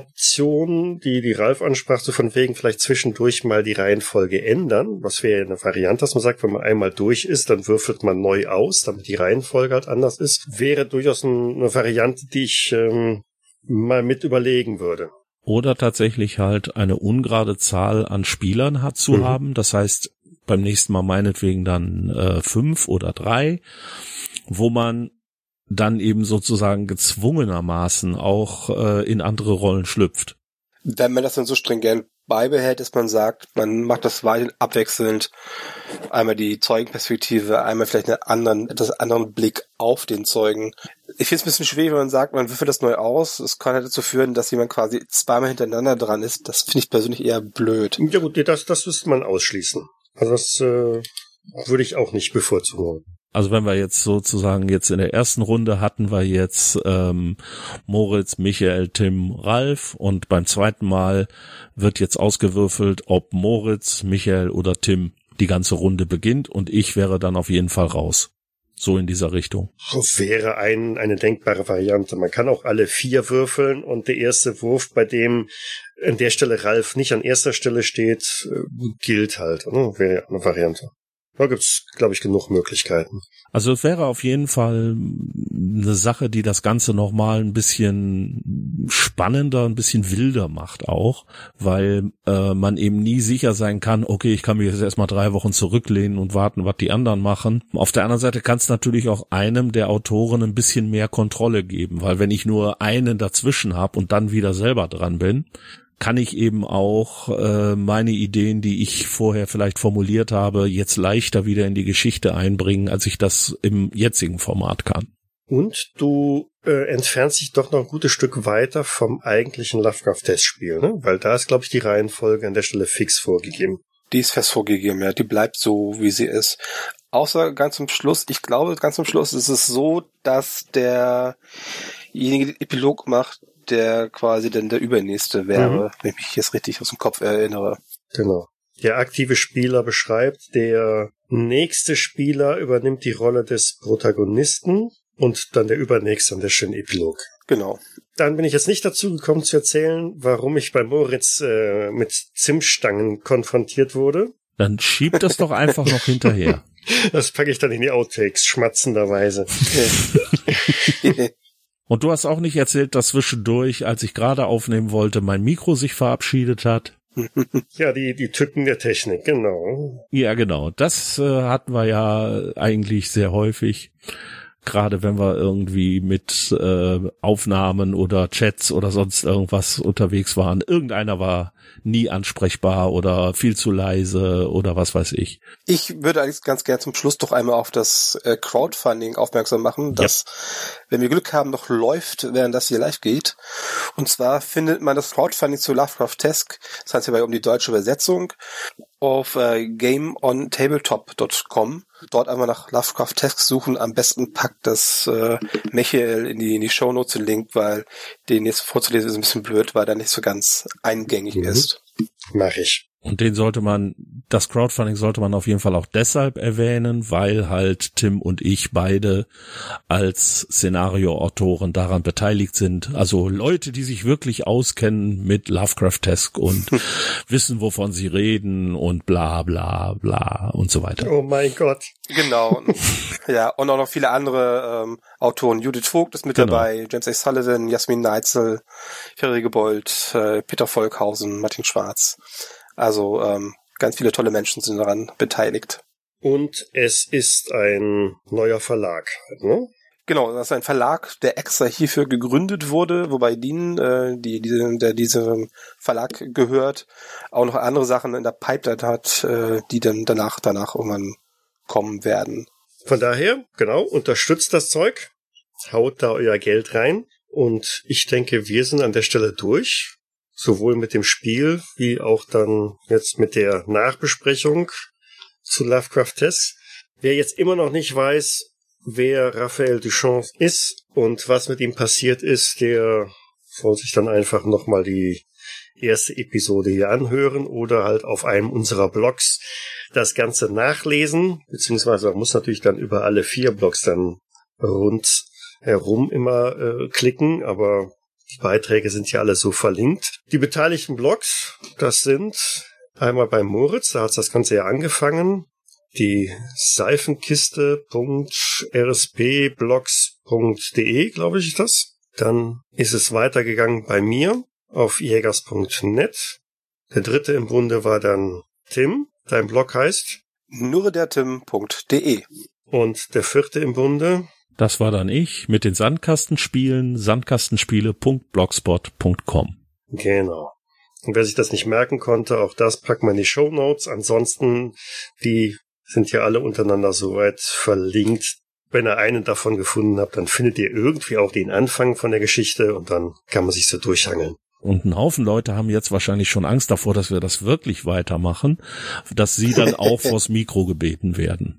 Option, die die Ralf ansprach, so von wegen vielleicht zwischendurch mal die Reihenfolge ändern, was wäre ja eine Variante, dass man sagt, wenn man einmal durch ist, dann würfelt man neu aus, damit die Reihenfolge halt anders ist, wäre durchaus eine Variante, die ich ähm, mal mit überlegen würde. Oder tatsächlich halt eine ungerade Zahl an Spielern hat zu mhm. haben, das heißt beim nächsten Mal meinetwegen dann äh, fünf oder drei, wo man dann eben sozusagen gezwungenermaßen auch äh, in andere Rollen schlüpft. Wenn man das dann so stringent beibehält, dass man sagt, man macht das weiterhin abwechselnd, einmal die Zeugenperspektive, einmal vielleicht einen anderen, etwas anderen Blick auf den Zeugen. Ich finde es ein bisschen schwierig, wenn man sagt, man würfelt das neu aus. Es kann halt dazu führen, dass jemand quasi zweimal hintereinander dran ist. Das finde ich persönlich eher blöd. Ja gut, das, das müsste man ausschließen. Also das äh, würde ich auch nicht bevorzugen. Also wenn wir jetzt sozusagen jetzt in der ersten Runde hatten wir jetzt ähm, Moritz, Michael, Tim, Ralf und beim zweiten Mal wird jetzt ausgewürfelt, ob Moritz, Michael oder Tim die ganze Runde beginnt und ich wäre dann auf jeden Fall raus. So in dieser Richtung. Das wäre ein, eine denkbare Variante. Man kann auch alle vier würfeln und der erste Wurf, bei dem an der Stelle Ralf nicht an erster Stelle steht, gilt halt. Ne? Wäre eine Variante. Da gibt's, glaube ich, genug Möglichkeiten. Also es wäre auf jeden Fall eine Sache, die das Ganze nochmal ein bisschen spannender, ein bisschen wilder macht auch, weil äh, man eben nie sicher sein kann, okay, ich kann mich jetzt erstmal drei Wochen zurücklehnen und warten, was die anderen machen. Auf der anderen Seite kann es natürlich auch einem der Autoren ein bisschen mehr Kontrolle geben, weil wenn ich nur einen dazwischen habe und dann wieder selber dran bin, kann ich eben auch äh, meine Ideen, die ich vorher vielleicht formuliert habe, jetzt leichter wieder in die Geschichte einbringen, als ich das im jetzigen Format kann. Und du äh, entfernst dich doch noch ein gutes Stück weiter vom eigentlichen Lovecraft-Testspiel, ne? Weil da ist, glaube ich, die Reihenfolge an der Stelle fix vorgegeben. Die ist fest vorgegeben, ja. Die bleibt so, wie sie ist. Außer ganz zum Schluss, ich glaube, ganz zum Schluss ist es so, dass derjenige, der den Epilog macht, der quasi dann der übernächste wäre, Mhm. wenn ich mich jetzt richtig aus dem Kopf erinnere. Genau. Der aktive Spieler beschreibt, der nächste Spieler übernimmt die Rolle des Protagonisten und dann der übernächste und der schöne Epilog. Genau. Dann bin ich jetzt nicht dazu gekommen zu erzählen, warum ich bei Moritz äh, mit Zimtstangen konfrontiert wurde. Dann schieb das doch einfach noch hinterher. Das packe ich dann in die Outtakes, schmatzenderweise. Und du hast auch nicht erzählt, dass zwischendurch, als ich gerade aufnehmen wollte, mein Mikro sich verabschiedet hat. Ja, die, die Tücken der Technik, genau. Ja, genau. Das äh, hatten wir ja eigentlich sehr häufig. Gerade wenn wir irgendwie mit äh, Aufnahmen oder Chats oder sonst irgendwas unterwegs waren. Irgendeiner war nie ansprechbar oder viel zu leise oder was weiß ich. Ich würde eigentlich ganz gerne zum Schluss doch einmal auf das äh, Crowdfunding aufmerksam machen, das, wenn wir Glück haben, noch läuft, während das hier live geht. Und zwar findet man das Crowdfunding zu Lovecraft-esque, das heißt hierbei um die deutsche Übersetzung, auf äh, game on tabletop dot com. Dort einmal nach Lovecraft-esque suchen. Am besten packt das äh, Michael in die, in die Shownotes den Link, weil den jetzt vorzulesen ist ein bisschen blöd, weil der nicht so ganz eingängig Mhm. ist. Mach ich. Und den sollte man, das Crowdfunding sollte man auf jeden Fall auch deshalb erwähnen, weil halt Tim und ich beide als Szenarioautoren daran beteiligt sind. Also Leute, die sich wirklich auskennen mit Lovecraft-esque und wissen, wovon sie reden und bla bla bla und so weiter. Oh mein Gott. Genau. Ja, und auch noch viele andere ähm, Autoren. Judith Vogt ist mit Genau. dabei, James A. Sullivan, Jasmin Neitzel, Ferry Gebold, äh, Peter Volkhausen, Martin Schwarz. Also ähm, ganz viele tolle Menschen sind daran beteiligt. Und es ist ein neuer Verlag, ne? Genau, das ist ein Verlag, der extra hierfür gegründet wurde, wobei Dean, äh, die, diese, der diesem Verlag gehört, auch noch andere Sachen in der Pipeline hat, äh, die dann danach, danach irgendwann kommen werden. Von daher, genau, unterstützt das Zeug, haut da euer Geld rein und ich denke, wir sind an der Stelle durch. Sowohl mit dem Spiel, wie auch dann jetzt mit der Nachbesprechung zu Lovecraft-esque. Wer jetzt immer noch nicht weiß, wer Raphael Duchamp ist und was mit ihm passiert ist, der soll sich dann einfach nochmal die erste Episode hier anhören oder halt auf einem unserer Blogs das Ganze nachlesen, beziehungsweise man muss natürlich dann über alle vier Blogs dann rundherum immer äh, klicken, aber die Beiträge sind ja alle so verlinkt. Die beteiligten Blogs, das sind einmal bei Moritz, da hat das Ganze ja angefangen, die seifenkiste punkt r s p blogs punkt d e, glaube ich, ist das. Dann ist es weitergegangen bei mir auf jägers punkt net. Der dritte im Bunde war dann Tim, dein Blog heißt nur der tim punkt d e. Und der vierte im Bunde, Das war dann ich mit den Sandkastenspielen, sandkastenspiele punkt blogspot punkt com. genau. Und wer sich das nicht merken konnte, auch das packen wir in die Shownotes. Ansonsten, die sind ja alle untereinander soweit verlinkt. Wenn ihr einen davon gefunden habt, dann findet ihr irgendwie auch den Anfang von der Geschichte und dann kann man sich so durchhangeln. Und ein Haufen Leute haben jetzt wahrscheinlich schon Angst davor, dass wir das wirklich weitermachen, dass sie dann auch vors Mikro gebeten werden.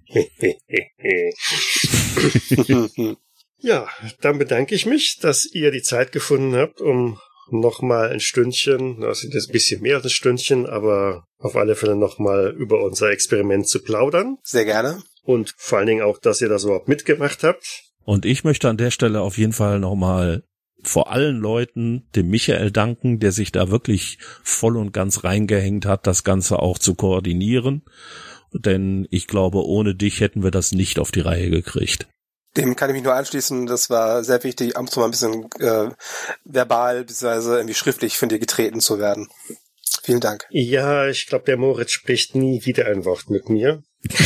Ja, dann bedanke ich mich, dass ihr die Zeit gefunden habt, um nochmal ein Stündchen, das sind jetzt ein bisschen mehr als ein Stündchen, aber auf alle Fälle nochmal über unser Experiment zu plaudern. Sehr gerne. Und vor allen Dingen auch, dass ihr das überhaupt mitgemacht habt. Und ich möchte an der Stelle auf jeden Fall nochmal vor allen Leuten dem Michael danken, der sich da wirklich voll und ganz reingehängt hat, das Ganze auch zu koordinieren. Denn ich glaube, ohne dich hätten wir das nicht auf die Reihe gekriegt. Dem kann ich mich nur anschließen. Das war sehr wichtig, ab und zu mal ein bisschen äh, verbal bzw. irgendwie schriftlich von dir getreten zu werden. Vielen Dank. Ja, ich glaube, der Moritz spricht nie wieder ein Wort mit mir.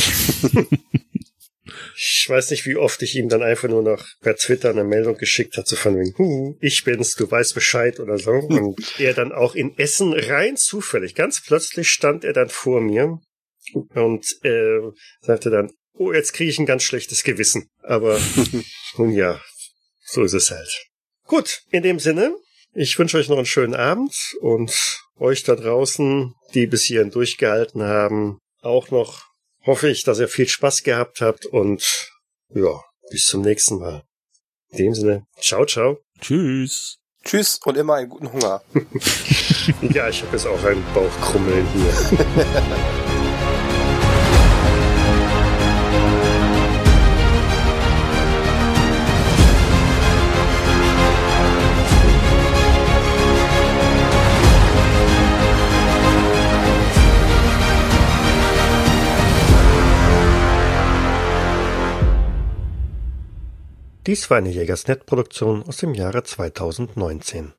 Ich weiß nicht, wie oft ich ihm dann einfach nur noch per Twitter eine Meldung geschickt hat, so von wegen, hu, ich bin's, du weißt Bescheid oder so. Und er dann auch in Essen rein zufällig, ganz plötzlich stand er dann vor mir und äh, sagte dann, oh, jetzt kriege ich ein ganz schlechtes Gewissen. Aber nun ja, so ist es halt. Gut, in dem Sinne, ich wünsche euch noch einen schönen Abend und euch da draußen, die bis hierhin durchgehalten haben, auch noch hoffe ich, dass ihr viel Spaß gehabt habt und ja, bis zum nächsten Mal. In dem Sinne, ciao, ciao. Tschüss. Tschüss und immer einen guten Hunger. Ja, ich habe jetzt auch einen Bauchkrummeln hier. Dies war eine Jägersnet-Produktion aus dem Jahre zweitausendneunzehn.